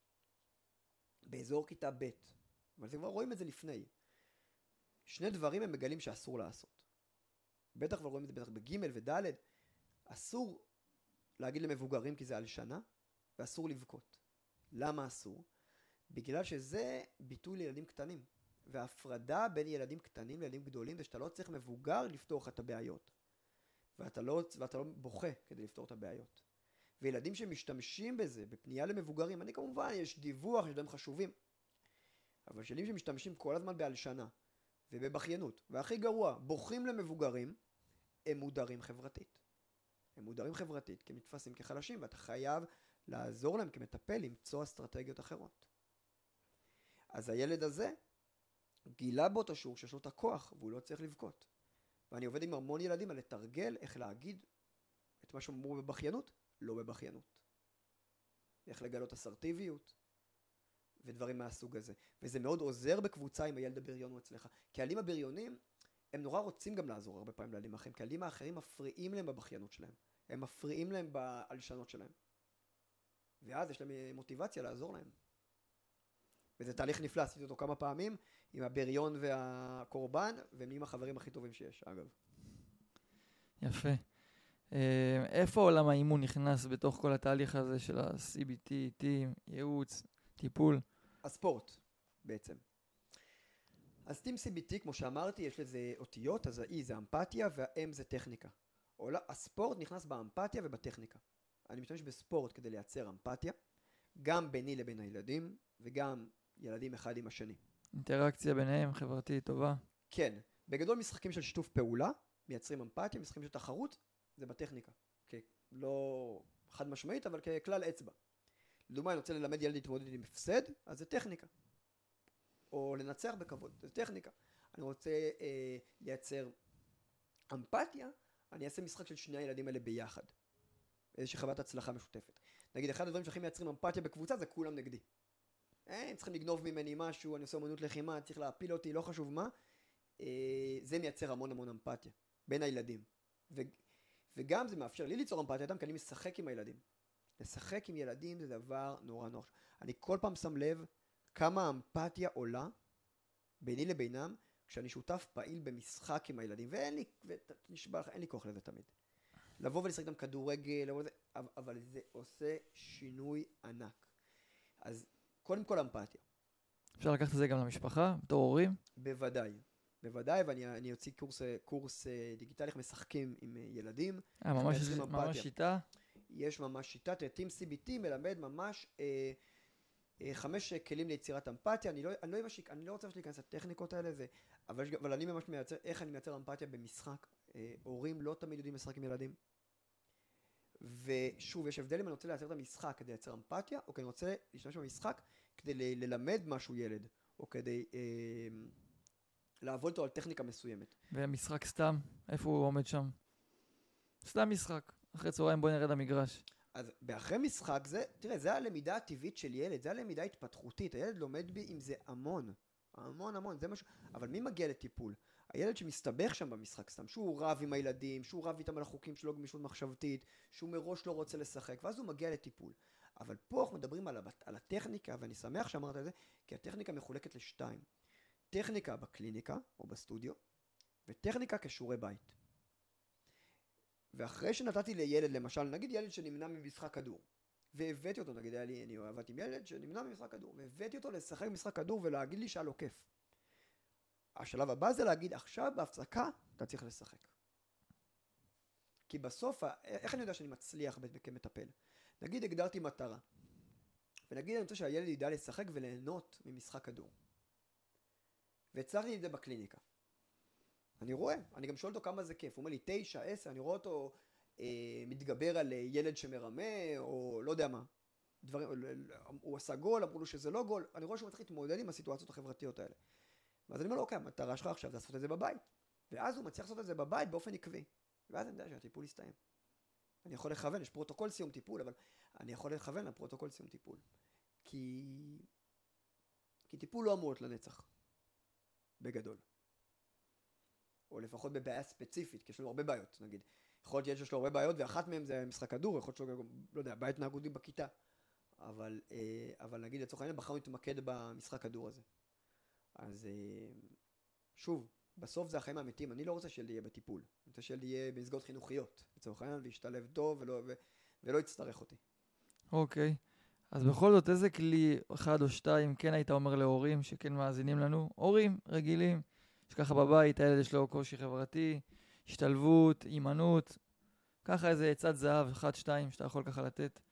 באזור כיתה ב', אבל זה כבר רואים את זה לפני, שני דברים הם מגלים שאסור לעשות. בטח כבר רואים את זה בטח בג' וד', אסור להגיד למבוגרים כי זה על שנה, ואסור לבכות. למה אסור? בגלל שזה ביטוי לילדים קטנים. וההפרדה בין ילדים קטנים לילדים גדולים זה שאתה לא צריך מבוגר לפתור את הבעיות. ואתה לא, ואתה לא בוכה כדי לפתור את הבעיות. וילדים שמשתמשים בזה, בפנייה למבוגרים, אני כמובן, יש דיווח, יש דברים חשובים. אבל ילדים שמשתמשים כל הזמן בהלשנה ובבכיינות, והכי גרוע, בוכים למבוגרים, הם מודרים חברתית. הם מודרים חברתית כי הם נתפסים כחלשים, ואתה חייב לעזור להם כמטפל למצוא אסטרטגיות אחרות. אז הילד הזה גילה באותו שיעור שיש לו את הכוח, והוא לא צריך לבכות. ואני עובד עם המון ילדים על לתרגל איך להגיד את מה שאמרו בבכיינות, לא בבכיינות. איך לגלות אסרטיביות ודברים מהסוג הזה. וזה מאוד עוזר בקבוצה אם הילד הבריון הוא אצלך. כי הילדים הבריונים, הם נורא רוצים גם לעזור הרבה פעמים לילדים האחרים, כי הילדים האחרים מפריעים להם בבכיינות שלהם. הם מפריעים להם בהלשנות שלהם. ואז יש להם מוטיבציה לעזור להם. וזה תהליך נפלא, עשיתי אותו כמה פעמים, עם הבריון והקורבן, והם נהיים החברים הכי טובים שיש, אגב. יפה. איפה עולם האימון נכנס בתוך כל התהליך הזה של ה-סי בי טי, טים, ייעוץ, טיפול? הספורט, בעצם. אז טים סי בי טי, כמו שאמרתי, יש לזה אותיות, אז ה-E זה אמפתיה וה-M זה טכניקה. הספורט נכנס באמפתיה ובטכניקה. אני משתמש בספורט כדי לייצר אמפתיה, גם ביני לבין הילדים, וגם ילדים אחד עם השני. אינטראקציה ביניהם, חברתית, טובה. כן. בגדול משחקים של שיתוף פעולה, מייצרים אמפתיה, משחקים של תחרות, זה בטכניקה. לא חד משמעית, אבל ככלל אצבע. לדוגמה, אני רוצה ללמד ילד להתמודד עם הפסד, אז זה טכניקה. או לנצח בכבוד, זה טכניקה. אני רוצה אה, לייצר אמפתיה, אני אעשה משחק של שני הילדים האלה ביחד. איזושהי חוות הצלחה משותפת. נגיד, אחד הדברים שהכי מייצרים אמפתיה בקבוצה זה כולם נגדי. אה, הם צריכים לגנוב ממני משהו, אני עושה אמנות לחימה, צריך להפיל אותי, לא חשוב מה. אה, זה מייצר המון המון אמפתיה בין הילדים. ו, וגם זה מאפשר לי ליצור אמפתיה איתם, כי אני משחק עם הילדים. לשחק עם ילדים זה דבר נורא נורא. אני כל פעם שם לב כמה אמפתיה עולה ביני לבינם, כשאני שותף פעיל במשחק עם הילדים, ואין לי, ונשבע לך, אין לי כוח לזה תמיד. לבוא ולשחק גם כדורגל, אבל זה עושה שינוי ענק. אז קודם כל אמפתיה. אפשר לקחת את זה גם למשפחה, בתור הורים? בוודאי, בוודאי, ואני אוציא קורס, קורס דיגיטלי, איך משחקים עם ילדים. אה, ממש, ממש שיטה? יש ממש שיטה, טים סי בי טי מלמד ממש אה, אה, חמש כלים ליצירת אמפתיה, אני לא, אני לא, משיק, אני לא רוצה להיכנס לטכניקות האלה, זה, אבל, אבל אני ממש מייצר, איך אני מייצר אמפתיה במשחק. אה, הורים לא תמיד יודעים לשחק עם ילדים. ושוב, יש הבדל אם אני רוצה לייצר את המשחק כדי לייצר אמפתיה, או כי אני רוצה להשתמש במשחק כדי ל- ללמד משהו ילד, או כדי אה, לעבוד אותו על טכניקה מסוימת. ומשחק סתם, איפה הוא עומד שם? סתם משחק. אחרי צהריים בוא נרד למגרש. אז באחרי משחק זה, תראה, זה הלמידה הטבעית של ילד, זה הלמידה התפתחותית, הילד לומד בי עם זה המון, המון המון, זה משהו, אבל מי מגיע לטיפול? הילד שמסתבך שם במשחק סתם, שהוא רב עם הילדים, שהוא רב איתם על החוקים שלו גמישות מחשבתית, שהוא מראש לא רוצה לשחק, ואז הוא מגיע לטיפול. אבל פה אנחנו מדברים על, על הטכניקה, ואני שמח שאמרת את זה, כי הטכניקה מחולקת לשתיים. טכניקה בקליניקה או בסטודיו, וטכניקה כשיעורי בית. ואחרי שנתתי לילד, למשל, נגיד ילד שנמנע ממשחק כדור, והבאתי אותו, נגיד, לי, אני עבדתי עם ילד שנמנע ממשחק כדור, והבאתי אותו לשחק במשחק כדור ולהגיד לי שהיה לו כיף. השלב הבא זה להגיד, עכשיו בהפסקה אתה צריך לשחק. כי בסוף, איך אני יודע שאני מצליח כמטפל? נגיד, הגדרתי מטרה, ונגיד אני רוצה שהילד ידע לשחק וליהנות ממשחק כדור. והצלחתי את זה בקליניקה. אני רואה, אני גם שואל אותו כמה זה כיף, הוא אומר לי תשע, עשר, אני רואה אותו אה, מתגבר על ילד שמרמה, או לא יודע מה, דברים, הוא עשה גול, אמרו לו שזה לא גול, אני רואה שהוא מצליח להתמודד עם הסיטואציות החברתיות האלה. ואז אני אומר לו, אוקיי, המטרה שלך עכשיו זה לעשות את זה בבית, ואז הוא מצליח לעשות את זה בבית באופן עקבי, ואז אני יודע שהטיפול יסתיים. אני יכול לכוון, יש פרוטוקול סיום טיפול, אבל אני יכול לכוון לפרוטוקול סיום טיפול, כי, כי טיפול לא אמור להיות לנצח, בגדול. או לפחות בבעיה ספציפית, כי יש לנו הרבה בעיות, נגיד. יכול להיות ילד שיש לו הרבה בעיות, ואחת מהן זה משחק כדור, יכול להיות שלו, לא יודע, בעיה התנהגותית בכיתה. אבל, אבל נגיד, לצורך העניין, בחרנו להתמקד במשחק כדור הזה. אז שוב, בסוף זה החיים האמיתיים. אני לא רוצה שילד יהיה בטיפול. אני רוצה שילד יהיה במסגרות חינוכיות, לצורך העניין, וישתלב טוב ולא, ו, ולא יצטרך אותי. אוקיי. אז בכל זאת, איזה כלי אחד או שתיים כן היית אומר להורים שכן מאזינים לנו? הורים רגילים, שככה בבית, הילד יש לו קושי חברתי, השתלבות, אימנות, ככה איזה עצת זהב, אחד, שתיים, שאתה יכול ככה לתת.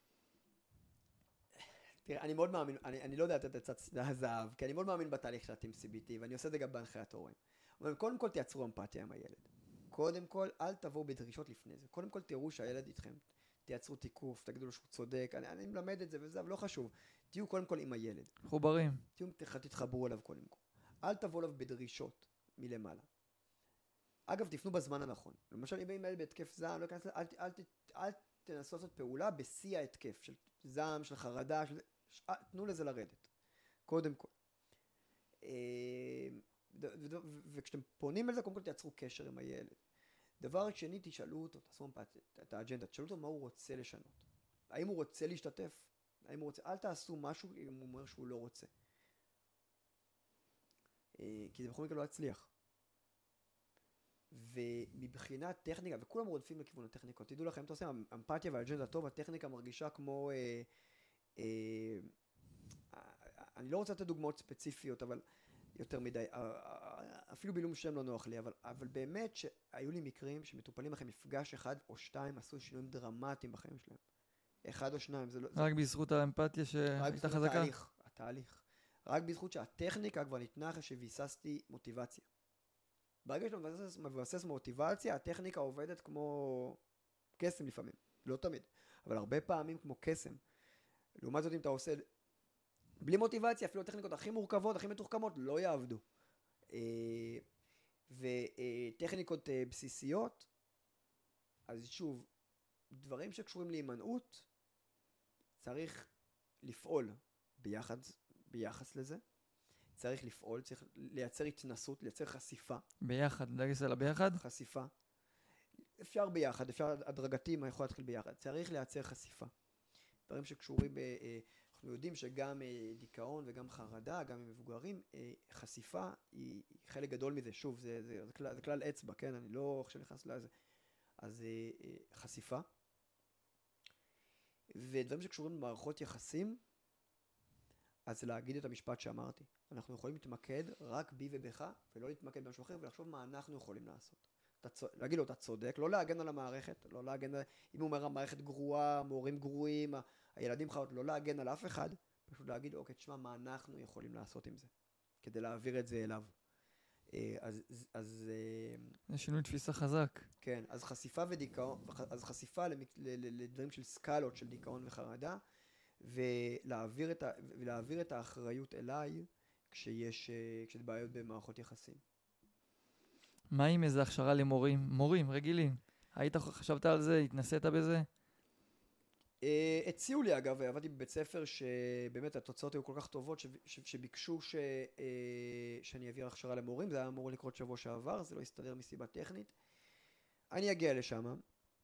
תראה, אני מאוד מאמין, אני, אני לא יודע לתת עצת זהב, כי אני מאוד מאמין בתהליך של ה-Team סי בי טי, ואני עושה את זה גם בהנחיית הורים. אבל קודם כל תייצרו אמפתיה עם הילד. קודם כל, אל תבואו בדרישות לפני זה. קודם כל תראו שהילד איתכם. תייצרו תיקוף, תגידו לו שהוא צודק, אני, אני מלמד את זה וזה, אבל לא חשוב. תהיו קודם כל עם הילד. חוברים. תהיו, תתחברו אליו קודם כל. אל תבואו אליו בדרישות מלמעלה. אגב, תפנו בזמן הנכון. למשל, אם באים ילד בהתקף זעם, לא אל, אל, אל, אל תנסו לעשות פעולה בשיא ההתקף של זעם, של חרדה, של... תנו לזה לרדת. קודם כל. וכשאתם פונים על זה, קודם כל תייצרו קשר עם הילד. דבר שני, תשאלו אותו, תעשו את האג'נדה, תשאלו אותו מה הוא רוצה לשנות. האם הוא רוצה להשתתף? האם הוא רוצה? אל תעשו משהו אם הוא אומר שהוא לא רוצה. כי זה בכל מקרה לא יצליח. ומבחינת טכניקה, וכולם רודפים לכיוון הטכניקות, תדעו לכם, אתה עושה אמפתיה והאג'נדה טוב, הטכניקה מרגישה כמו... אה, אה, אני לא רוצה לתת דוגמאות ספציפיות, אבל יותר מדי, אפילו בילום שם לא נוח לי, אבל, אבל באמת שהיו לי מקרים שמטופלים אחרי מפגש אחד או שתיים עשו שינויים דרמטיים בחיים שלהם. אחד או שניים, זה לא... רק זה... בזכות האמפתיה שהייתה חזקה? רק התהליך, התהליך. רק בזכות שהטכניקה כבר ניתנה אחרי שביססתי מוטיבציה. ברגע שאתה מבסס, מבסס מוטיבציה, הטכניקה עובדת כמו קסם לפעמים, לא תמיד, אבל הרבה פעמים כמו קסם. לעומת זאת אם אתה עושה... בלי מוטיבציה, אפילו הטכניקות הכי מורכבות, הכי מתוחכמות, לא יעבדו. וטכניקות בסיסיות, אז שוב, דברים שקשורים להימנעות, צריך לפעול ביחד, ביחס לזה. צריך לפעול, צריך לייצר התנסות, לייצר חשיפה. ביחד, נדגס על הביחד? חשיפה. אפשר ביחד, אפשר הדרגתי, מה יכול להתחיל ביחד. צריך לייצר חשיפה. דברים שקשורים ב... אנחנו יודעים שגם דיכאון וגם חרדה, גם עם מבוגרים, חשיפה היא חלק גדול מזה. שוב, זה, זה, זה, כלל, זה כלל אצבע, כן? אני לא עכשיו נכנס לזה. אז חשיפה. ודברים שקשורים במערכות יחסים, אז להגיד את המשפט שאמרתי. אנחנו יכולים להתמקד רק בי ובך, ולא להתמקד במשהו אחר, ולחשוב מה אנחנו יכולים לעשות. להגיד לו, אתה צודק, לא להגן על המערכת, לא להגן על... אם הוא אומר, המערכת גרועה, מורים גרועים, הילדים חיות, לא להגן על אף אחד, פשוט להגיד, אוקיי, תשמע, מה אנחנו יכולים לעשות עם זה, כדי להעביר את זה אליו. אז... אז זה שינוי תפיסה חזק. כן, אז חשיפה ודיכאון, אז חשיפה לדברים של סקלות של דיכאון וחרדה, ולהעביר את, ה, ולהעביר את האחריות אליי כשיש, כשיש בעיות במערכות יחסים. מה עם איזה הכשרה למורים? מורים, רגילים. היית חשבת על זה? התנסית בזה? הציעו לי אגב, עבדתי בבית ספר שבאמת התוצאות היו כל כך טובות ש, ש, שביקשו ש, שאני אעביר הכשרה למורים, זה היה אמור לקרות שבוע שעבר, זה לא הסתדר מסיבה טכנית. אני אגיע לשם.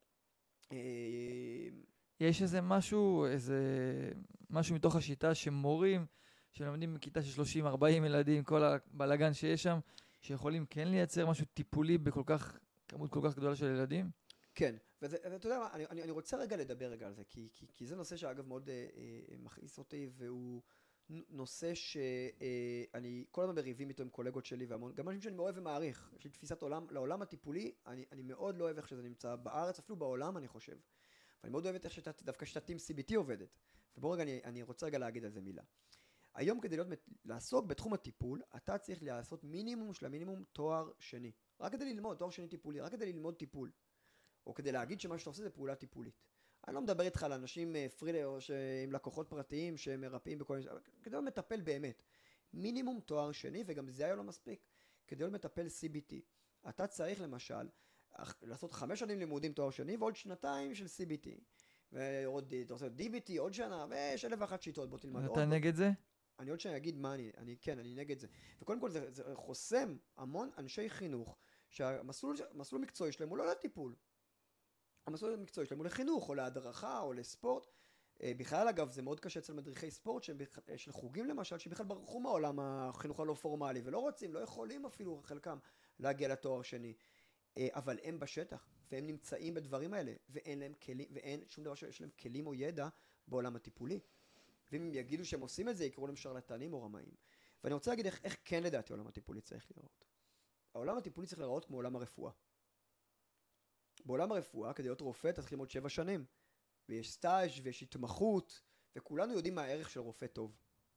יש איזה משהו, איזה משהו מתוך השיטה שמורים שלומדים בכיתה של שלושים ארבעים ילדים, כל הבלגן שיש שם, שיכולים כן לייצר משהו טיפולי בכל כך, כמות כל כך גדולה של ילדים? כן, ואתה יודע מה, אני, אני, אני רוצה רגע לדבר רגע על זה, כי, כי, כי זה נושא שאגב מאוד אה, אה, מכעיס אותי, והוא נושא שאני כל הזמן בריבים איתו עם קולגות שלי, והמון, גם אנשים שאני מאוד אוהב ומעריך, יש לי תפיסת עולם, לעולם הטיפולי, אני, אני מאוד לא אוהב איך שזה נמצא בארץ, אפילו בעולם אני חושב. ואני מאוד אוהבת איך שת, דווקא שתתים סי בי טי עובדת. ובואו רגע, אני, אני רוצה רגע להגיד על זה מילה. היום כדי להיות, לעסוק בתחום הטיפול, אתה צריך לעשות מינימום של המינימום תואר שני. רק כדי ללמוד, תואר שני טיפולי, רק כדי ללמוד טיפול. או כדי להגיד שמה שאתה עושה זה פעולה טיפולית. אני לא מדבר איתך על אנשים פרילי או עם לקוחות פרטיים שמרפאים בכל... כדי להיות מטפל באמת. מינימום תואר שני, וגם זה היה לא מספיק. כדי להיות מטפל סי בי טי. אתה צריך למשל לעשות חמש שנים לימודים תואר שני ועוד שנתיים של סי בי טי. ועוד, אתה עושה די בי טי עוד שנה, ויש אלף ואחת שיטות, בוא תלמד. אתה נגד זה? אני עוד שאני אגיד מה אני, אני, כן, אני נגד זה. וקודם כל זה, זה חוסם המון אנשי חינוך, שהמסלול, המסלול המקצועי שלהם הוא לא לטיפול. המסלול המקצועי שלהם הוא לחינוך, או להדרכה, או לספורט. בכלל, אגב, זה מאוד קשה אצל מדריכי ספורט, שהם של חוגים למשל, שבכלל ברחו מהעולם החינוך הלא פורמלי, ולא רוצים, לא יכולים אפילו חלקם להגיע לתואר שני. אבל הם בשטח, והם נמצאים בדברים האלה, ואין להם כלים, ואין שום דבר שיש להם כלים או ידע בעולם הטיפולי. ואם הם יגידו שהם עושים את זה, יקראו להם שרלטנים או רמאים. ואני רוצה להגיד איך, איך כן לדעתי העולם הטיפולי צריך להיראות. העולם הטיפולי צריך להיראות כמו עולם הרפואה. בעולם הרפואה, כדי להיות רופא, אתה צריך ללמוד שבע שנים. ויש סטאז' ויש התמחות, וכולנו יודעים מה הערך של רופא טוב.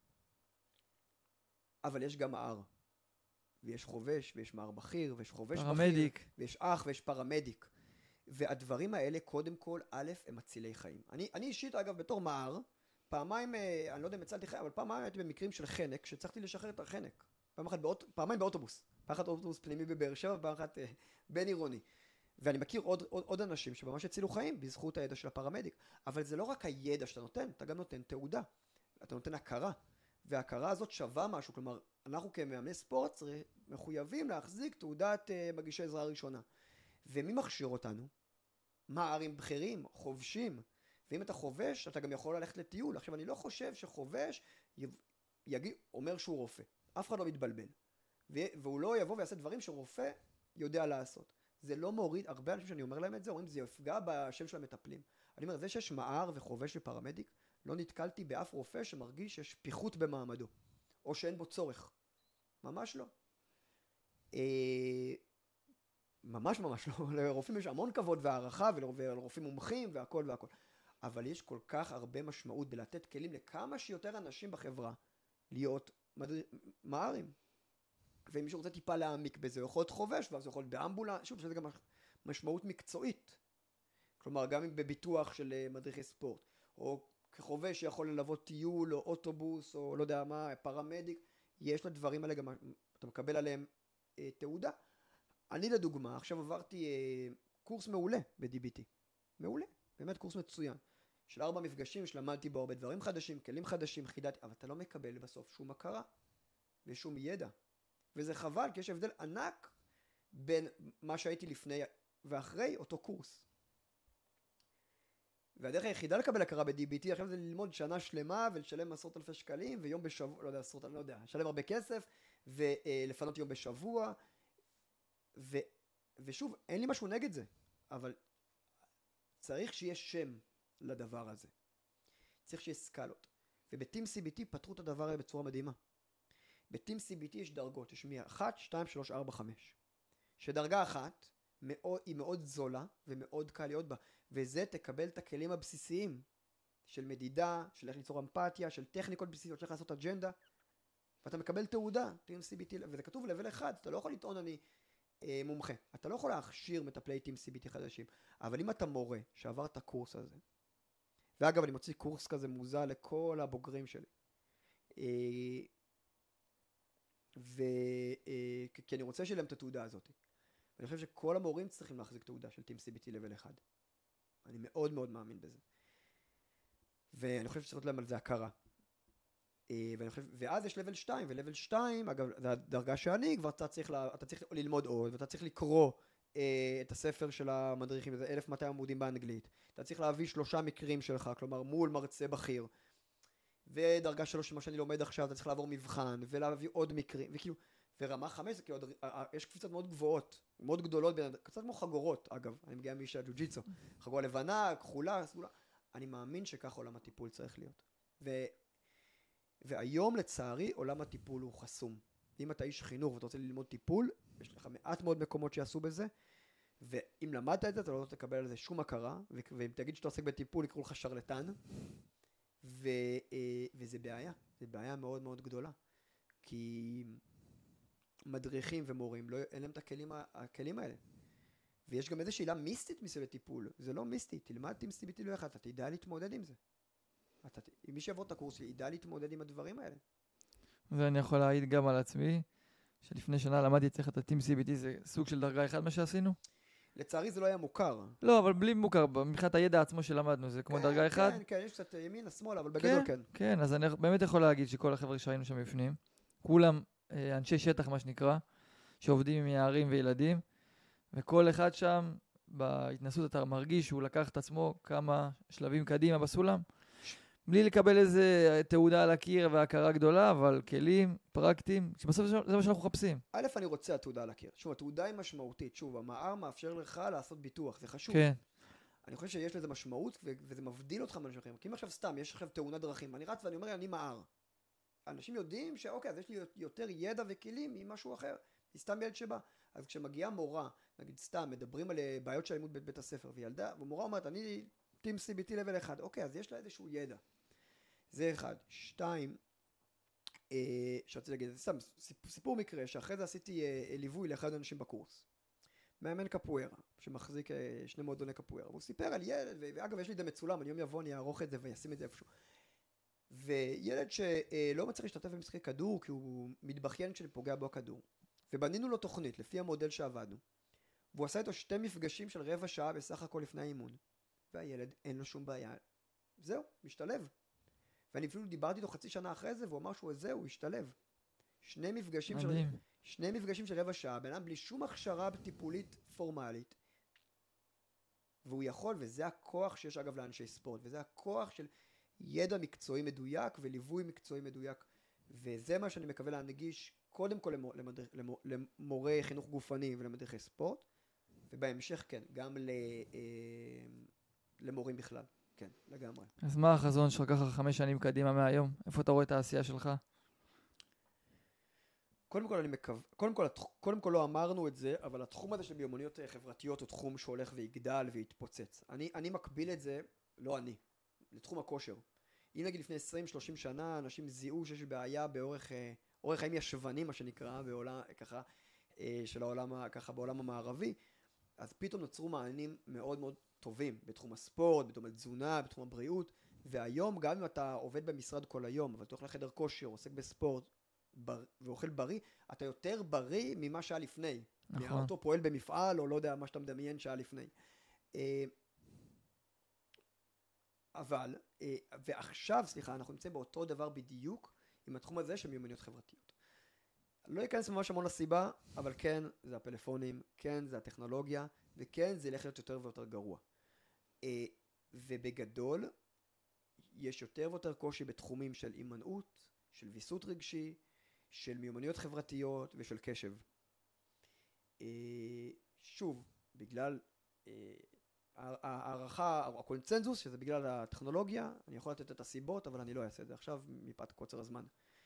אבל יש גם מער. ויש חובש, ויש מער בכיר, ויש חובש פרמדיק. בכיר, ויש אח, ויש פרמדיק. והדברים האלה, קודם כל, א', הם מצילי חיים. אני, אני אישית, אגב, בתור מער, פעמיים, אני לא יודע אם הצלתי חיים, אבל פעמיים הייתי במקרים של חנק, שצריכתי לשחרר את החנק. פעם אחת באוט... פעמיים באוטובוס. פעם אחת אוטובוס פנימי בבאר שבע, פעם אחת אה, בין עירוני. ואני מכיר עוד, עוד, עוד אנשים שממש הצילו חיים בזכות הידע של הפרמדיק. אבל זה לא רק הידע שאתה נותן, אתה גם נותן תעודה. אתה נותן הכרה. וההכרה הזאת שווה משהו. כלומר, אנחנו כמאמני ספורט מחויבים להחזיק תעודת uh, מגישי עזרה ראשונה. ומי מכשיר אותנו? מערים בכירים, חובשים. ואם אתה חובש, אתה גם יכול ללכת לטיול. עכשיו, אני לא חושב שחובש יגיד, אומר שהוא רופא. אף אחד לא מתבלבל. והוא לא יבוא ויעשה דברים שרופא יודע לעשות. זה לא מוריד, הרבה אנשים שאני אומר להם את זה, אומרים, זה יפגע בשם של המטפלים. אני אומר, זה שיש מער וחובש ופרמדיק, לא נתקלתי באף רופא שמרגיש שיש פיחות במעמדו, או שאין בו צורך. ממש לא. ממש ממש לא. לרופאים יש המון כבוד והערכה, ולרופאים מומחים והכל והכל. אבל יש כל כך הרבה משמעות בלתת כלים לכמה שיותר אנשים בחברה להיות מערים. ואם מישהו רוצה טיפה להעמיק בזה, הוא יכול להיות חובש, ואז הוא יכול להיות באמבולנס, שוב, שזה גם משמעות מקצועית. כלומר, גם אם בביטוח של מדריכי ספורט, או כחובש שיכול ללוות טיול, או אוטובוס, או לא יודע מה, פרמדיק, יש לדברים האלה גם, אתה מקבל עליהם אה, תעודה. אני לדוגמה, עכשיו עברתי אה, קורס מעולה ב-די בי טי. מעולה, באמת קורס מצוין. של ארבע מפגשים, שלמדתי בו הרבה דברים חדשים, כלים חדשים, חידתי, אבל אתה לא מקבל בסוף שום הכרה, ושום ידע. וזה חבל, כי יש הבדל ענק בין מה שהייתי לפני ואחרי אותו קורס. והדרך היחידה לקבל הכרה ב-די בי טי, עכשיו זה ללמוד שנה שלמה ולשלם עשרות אלפי שקלים, ויום בשבוע, לא יודע, עשרות, לא יודע, לשלם הרבה כסף, ולפנות יום בשבוע, ו, ושוב, אין לי משהו נגד זה, אבל צריך שיהיה שם לדבר הזה. צריך שיהיה סקלות. ובטים סי בי טי פתרו את הדבר הזה בצורה מדהימה. בטים סי בי טי יש דרגות, יש מ-אחת, שתיים, שלוש, ארבע, חמש. שדרגה אחת מאוד, היא מאוד זולה ומאוד קל להיות בה, וזה תקבל את הכלים הבסיסיים של מדידה, של איך ליצור אמפתיה, של טכניקות בסיסיות, של איך לעשות אג'נדה, ואתה מקבל תעודה, טים סי בי טי, וזה כתוב לבל אחד, אתה לא יכול לטעון אני אה, מומחה, אתה לא יכול להכשיר מטפלי טים סי בי טי חדשים, אבל אם אתה מורה שעבר את הקורס הזה, ואגב אני מוציא קורס כזה מוזל לכל הבוגרים שלי, אה, ו... אה, כי אני רוצה שלהם את התעודה הזאת. ואני חושב שכל המורים צריכים להחזיק תעודה של טים סי בי טי לבל אחד. אני מאוד מאוד מאמין בזה. ואני חושב שצריך להם על זה הכרה. ואני חושב... ואז יש לבל שתיים, ולבל שתיים, אגב, זו הדרגה שאני, כבר אתה צריך, לה... אתה צריך ללמוד עוד, ואתה צריך לקרוא אה, את הספר של המדריכים, זה אלף ומאתיים עמודים באנגלית. אתה צריך להביא שלושה מקרים שלך, כלומר מול מרצה בכיר. ודרגה שלוש, מה שאני לומד עכשיו, אתה צריך לעבור מבחן, ולהביא עוד מקרים, וכאילו, ורמה חמש, זה כאילו, יש קפיצות מאוד גבוהות, מאוד גדולות, קצת כמו חגורות, אגב, אני מגיע מאיש הג'ו-ג'יצו, חגורה לבנה, כחולה, סגולה, אני מאמין שכך עולם הטיפול צריך להיות. ו... והיום, לצערי, עולם הטיפול הוא חסום. אם אתה איש חינוך ואתה רוצה ללמוד טיפול, יש לך מעט מאוד מקומות שיעשו בזה, ואם למדת את זה, אתה לא תקבל על זה שום הכרה, ואם תגיד שאתה עוסק בטיפול, יקראו לך שרלטן, ו, וזה בעיה, זה בעיה מאוד מאוד גדולה, כי מדריכים ומורים, לא, אין להם את הכלים, הכלים האלה. ויש גם איזו שאלה מיסטית מסביב לטיפול, זה לא מיסטי, תלמד טים סי בי טי לא אחד, אתה תדע להתמודד עם זה. אתה, אם מי שיעבור את הקורס, ידע להתמודד עם הדברים האלה. ואני יכול להעיד גם על עצמי, שלפני שנה למדתי אצלך את ה-טים סי בי טי, זה סוג של דרגה אחד מה שעשינו? לצערי זה לא היה מוכר. לא, אבל בלי מוכר, מבחינת הידע עצמו שלמדנו, זה כמו כן, דרגה אחד. כן, כן, יש קצת ימין, השמאל, אבל בגדול כן. כן, אז אני באמת יכול להגיד שכל החבר'ה שהיינו שם בפנים, כולם אנשי שטח מה שנקרא, שעובדים עם יערים וילדים, וכל אחד שם, בהתנסות אתה מרגיש שהוא לקח את עצמו כמה שלבים קדימה בסולם, בלי לקבל איזה תעודה על הקיר והכרה גדולה, אבל כלים פרקטיים, שבסוף זה מה שאנחנו מחפשים. א', אני רוצה התעודה על הקיר. שוב, התעודה היא משמעותית. שוב, המע"ר מאפשר לך לעשות ביטוח, זה חשוב. כן. אני חושב שיש לזה משמעות, ו- וזה מבדיל אותך מאנשים אחרים. כי אם עכשיו סתם, יש עכשיו תאונת דרכים, אני רץ ואני אומר, אני מער. אנשים יודעים שאוקיי, אז יש לי יותר ידע וכלים ממשהו אחר. היא סתם ילד שבא. אז כשמגיעה מורה, נגיד סתם, מדברים על בעיות של אלימות בבית הספר, וילדה, ומורה אומרת, אני טים סי בי טי לבל אחד. אוקיי, אז יש לה איזשהו ידע. זה אחד. שתיים, אה, שרציתי להגיד, זה סתם סיפור מקרה, שאחרי זה עשיתי אה, ליווי לאחד האנשים בקורס. מאמן קפוארה, שמחזיק אה, שני מועדוני קפוארה. והוא סיפר על ילד, ואגב, יש לי זה מצולם, אני יום יבוא, אני אערוך את זה וישים את זה איפשהו. וילד שלא מצליח להשתתף במשחקי כדור, כי הוא מתבכיין כשפוגע בו הכדור. ובנינו לו תוכנית, לפי המודל שעבדנו. והוא עשה איתו שתי מפגשים של רבע שעה בסך הכל לפני האימון. והילד אין לו שום בעיה. זהו, משתלב. ואני אפילו דיברתי איתו חצי שנה אחרי זה, והוא אמר שהוא זהו, הוא השתלב. שני מפגשים של, שני מפגשים של רבע שעה, בן אדם בלי שום הכשרה טיפולית פורמלית. והוא יכול, וזה הכוח שיש אגב לאנשי ספורט, וזה הכוח של ידע מקצועי מדויק וליווי מקצועי מדויק. וזה מה שאני מקווה להנגיש קודם כל למור, למדריך, למור, למורי חינוך גופני ולמדריכי ספורט, ובהמשך כן, גם ל, אה, למורים בכלל. כן, לגמרי. אז מה החזון שלך ככה חמש שנים קדימה מהיום? איפה אתה רואה את העשייה שלך? קודם כל אני מקווה, קודם כל, קודם כל לא אמרנו את זה, אבל התחום הזה של מיומנויות חברתיות הוא תחום שהולך ויגדל ויתפוצץ. אני, אני מקביל את זה, לא אני, לתחום הכושר. אם נגיד לפני עשרים שלושים שנה אנשים זיהו שיש בעיה באורך אורך חיים ישבני, מה שנקרא, בעולם, ככה, של העולם, ככה בעולם המערבי, אז פתאום נוצרו מענים מאוד מאוד טובים בתחום הספורט, בתחום התזונה, בתחום הבריאות, והיום גם אם אתה עובד במשרד כל היום, אבל אתה הולך לחדר כושר, עוסק בספורט, בר, ואוכל בריא, אתה יותר בריא ממה שהיה לפני. נכון. מאותו פועל במפעל, או לא יודע מה שאתה מדמיין שהיה לפני. אבל, ועכשיו, סליחה, אנחנו נמצאים באותו דבר בדיוק, עם התחום הזה של מיומנויות חברתיות. לא אכנס ממש המון לסיבה, אבל כן, זה הפלאפונים, כן, זה הטכנולוגיה, וכן, זה ילך להיות יותר ויותר גרוע. ובגדול, יש יותר ויותר קושי בתחומים של אימנעות, של ויסות רגשי, של מיומנויות חברתיות ושל קשב. שוב, בגלל הערכה, הקונצנזוס, שזה בגלל הטכנולוגיה, אני יכול לתת את הסיבות, אבל אני לא אעשה את זה עכשיו, מפאת קוצר הזמן.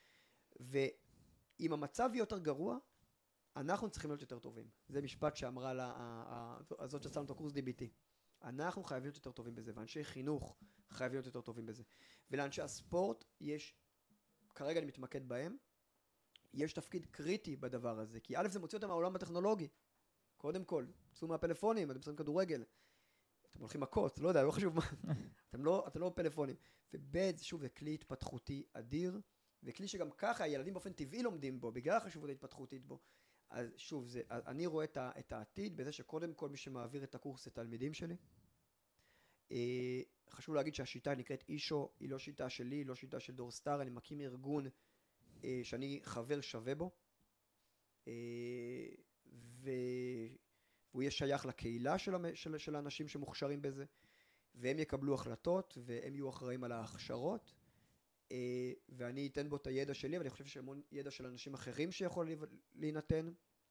ואם המצב יהיה יותר גרוע, אנחנו צריכים להיות יותר טובים. זה משפט שאמרה לה, הזאת שעשינו את הקורס די בי טי. אנחנו חייבים להיות יותר טובים בזה, ואנשי חינוך חייבים להיות יותר טובים בזה. ולאנשי הספורט יש, כרגע אני מתמקד בהם, יש תפקיד קריטי בדבר הזה, כי א' זה מוציא אותם מהעולם הטכנולוגי. קודם כל, צאו מהפלאפונים, אתם משחקים כדורגל, אתם הולכים מכות, לא יודע, לא חשוב מה, אתם לא, אתם לא בפלאפונים. וב' שוב, זה כלי התפתחותי אדיר, וכלי שגם ככה הילדים באופן טבעי לומדים בו, בגלל החשיבות ההתפתחותית בו. אז שוב, זה, אני רואה את, את העתיד בזה שקודם כל מי שמעביר את הקורס זה תלמידים שלי. אה, חשוב להגיד שהשיטה נקראת אישו, היא לא שיטה שלי, היא לא שיטה של דור סטאר, אני מקים ארגון אה, שאני חבר שווה בו, אה, ו... והוא יהיה שייך לקהילה של, של, של האנשים שמוכשרים בזה, והם יקבלו החלטות, והם יהיו אחראים על ההכשרות, אה, ואני אתן בו את הידע שלי, אבל אני חושב שהמון ידע של אנשים אחרים שיכול להינתן,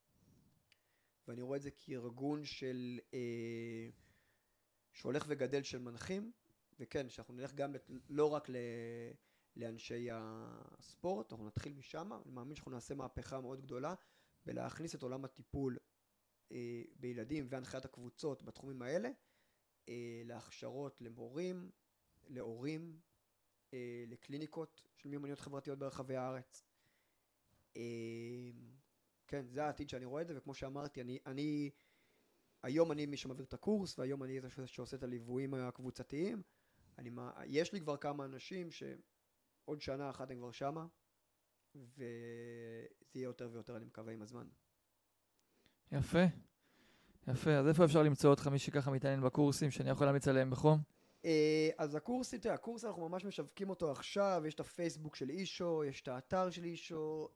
ואני רואה את זה כארגון של, אה, שהולך וגדל של מנחים, וכן, שאנחנו נלך גם לא רק ל, לאנשי הספורט, אנחנו נתחיל משם, אני מאמין שאנחנו נעשה מהפכה מאוד גדולה, ולהכניס את עולם הטיפול אה, בילדים והנחיית הקבוצות בתחומים האלה, אה, להכשרות למורים, להורים, אה, לקליניקות של מיומנויות חברתיות ברחבי הארץ. אה, כן, זה העתיד שאני רואה את זה, וכמו שאמרתי, אני, אני, היום אני מי שמעביר את הקורס, והיום אני זה שעושה את הליוויים הקבוצתיים. אני, יש לי כבר כמה אנשים שעוד שנה אחת הם כבר שמה, וזה יהיה יותר ויותר, אני מקווה, עם הזמן. יפה, יפה. אז איפה אפשר למצוא אותך, מי שככה מתעניין בקורסים, שאני יכול להמיץ עליהם בחום? אז הקורס, תראה, הקורס אנחנו ממש משווקים אותו עכשיו, יש את הפייסבוק של אישו, יש את האתר של אישו,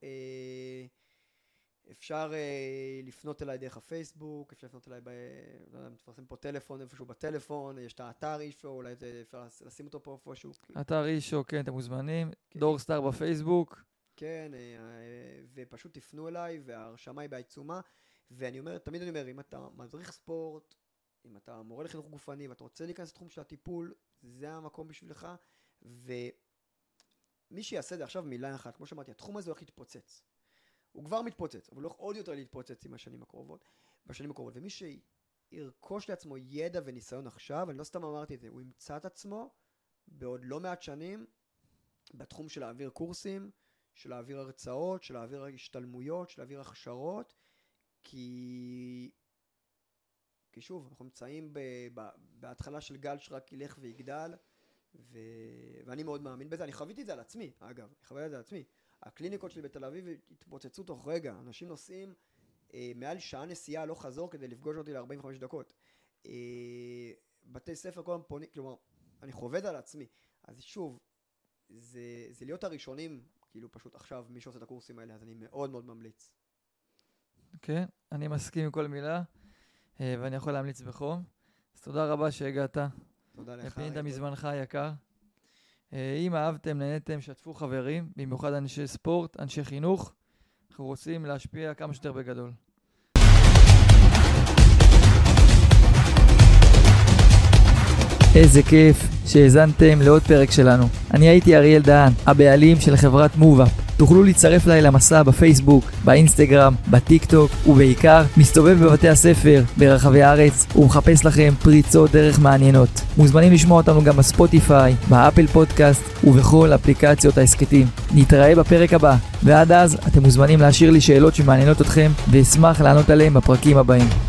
אפשר לפנות אליי דרך הפייסבוק, אפשר לפנות אליי, לא יודע, מתפרסם פה טלפון, איפשהו בטלפון, יש את האתר אישו, אולי אפשר לשים אותו פה איפשהו. אתר אישו, כן, אתם מוזמנים, דור סטאר בפייסבוק. כן, ופשוט תפנו אליי, וההרשמה היא בעיצומה, ואני אומר, תמיד אני אומר, אם אתה מדריך ספורט, אם אתה מורה לחינוך גופני ואתה רוצה להיכנס לתחום של הטיפול, זה המקום בשבילך, ומי שיעשה את זה עכשיו מילה אחת, כמו שאמרתי, התחום הזה הולך להתפוצץ. הוא כבר מתפוצץ, אבל הוא הולך עוד יותר להתפוצץ עם השנים הקרובות, בשנים הקרובות, ומי שירכוש לעצמו ידע וניסיון עכשיו, אני לא סתם אמרתי את זה, הוא ימצא את עצמו בעוד לא מעט שנים, בתחום של להעביר קורסים, של להעביר הרצאות, של להעביר השתלמויות, של להעביר הכשרות, כי... כי שוב, אנחנו נמצאים ב... ב... בהתחלה של גל שרק ילך ויגדל, ו... ואני מאוד מאמין בזה. אני חוויתי את זה על עצמי, אגב, אני חוויתי את זה על עצמי. הקליניקות שלי בתל אביב התפוצצו תוך רגע. אנשים נוסעים אה, מעל שעה נסיעה לא חזור כדי לפגוש אותי ל-ארבעים וחמש דקות. אה, בתי ספר כל פעם פונים, כלומר, אני חווה את זה על עצמי. אז שוב, זה, זה להיות הראשונים, כאילו פשוט עכשיו מי שעושה את הקורסים האלה, אז אני מאוד מאוד ממליץ. כן, אני מסכים עם כל מילה, ואני יכול להמליץ בחום. אז תודה רבה שהגעת. תודה לך. פינית מזמנך היקר. אם אהבתם, נהנתם, שתפו חברים, במיוחד אנשי ספורט, אנשי חינוך. אנחנו רוצים להשפיע כמה שיותר בגדול. איזה כיף שהזנתם לעוד פרק שלנו. אני הייתי אריאל דהן, הבעלים של חברת מובאפ. תוכלו להצטרף אליי למסע בפייסבוק, באינסטגרם, בטיק טוק, ובעיקר מסתובב בבתי הספר ברחבי הארץ ומחפש לכם פריצות דרך מעניינות. מוזמנים לשמוע אותנו גם בספוטיפיי, באפל פודקאסט ובכל אפליקציות העסקתים. נתראה בפרק הבא, ועד אז אתם מוזמנים להשאיר לי שאלות שמעניינות אתכם ואשמח לענות עליהם בפרקים הבאים.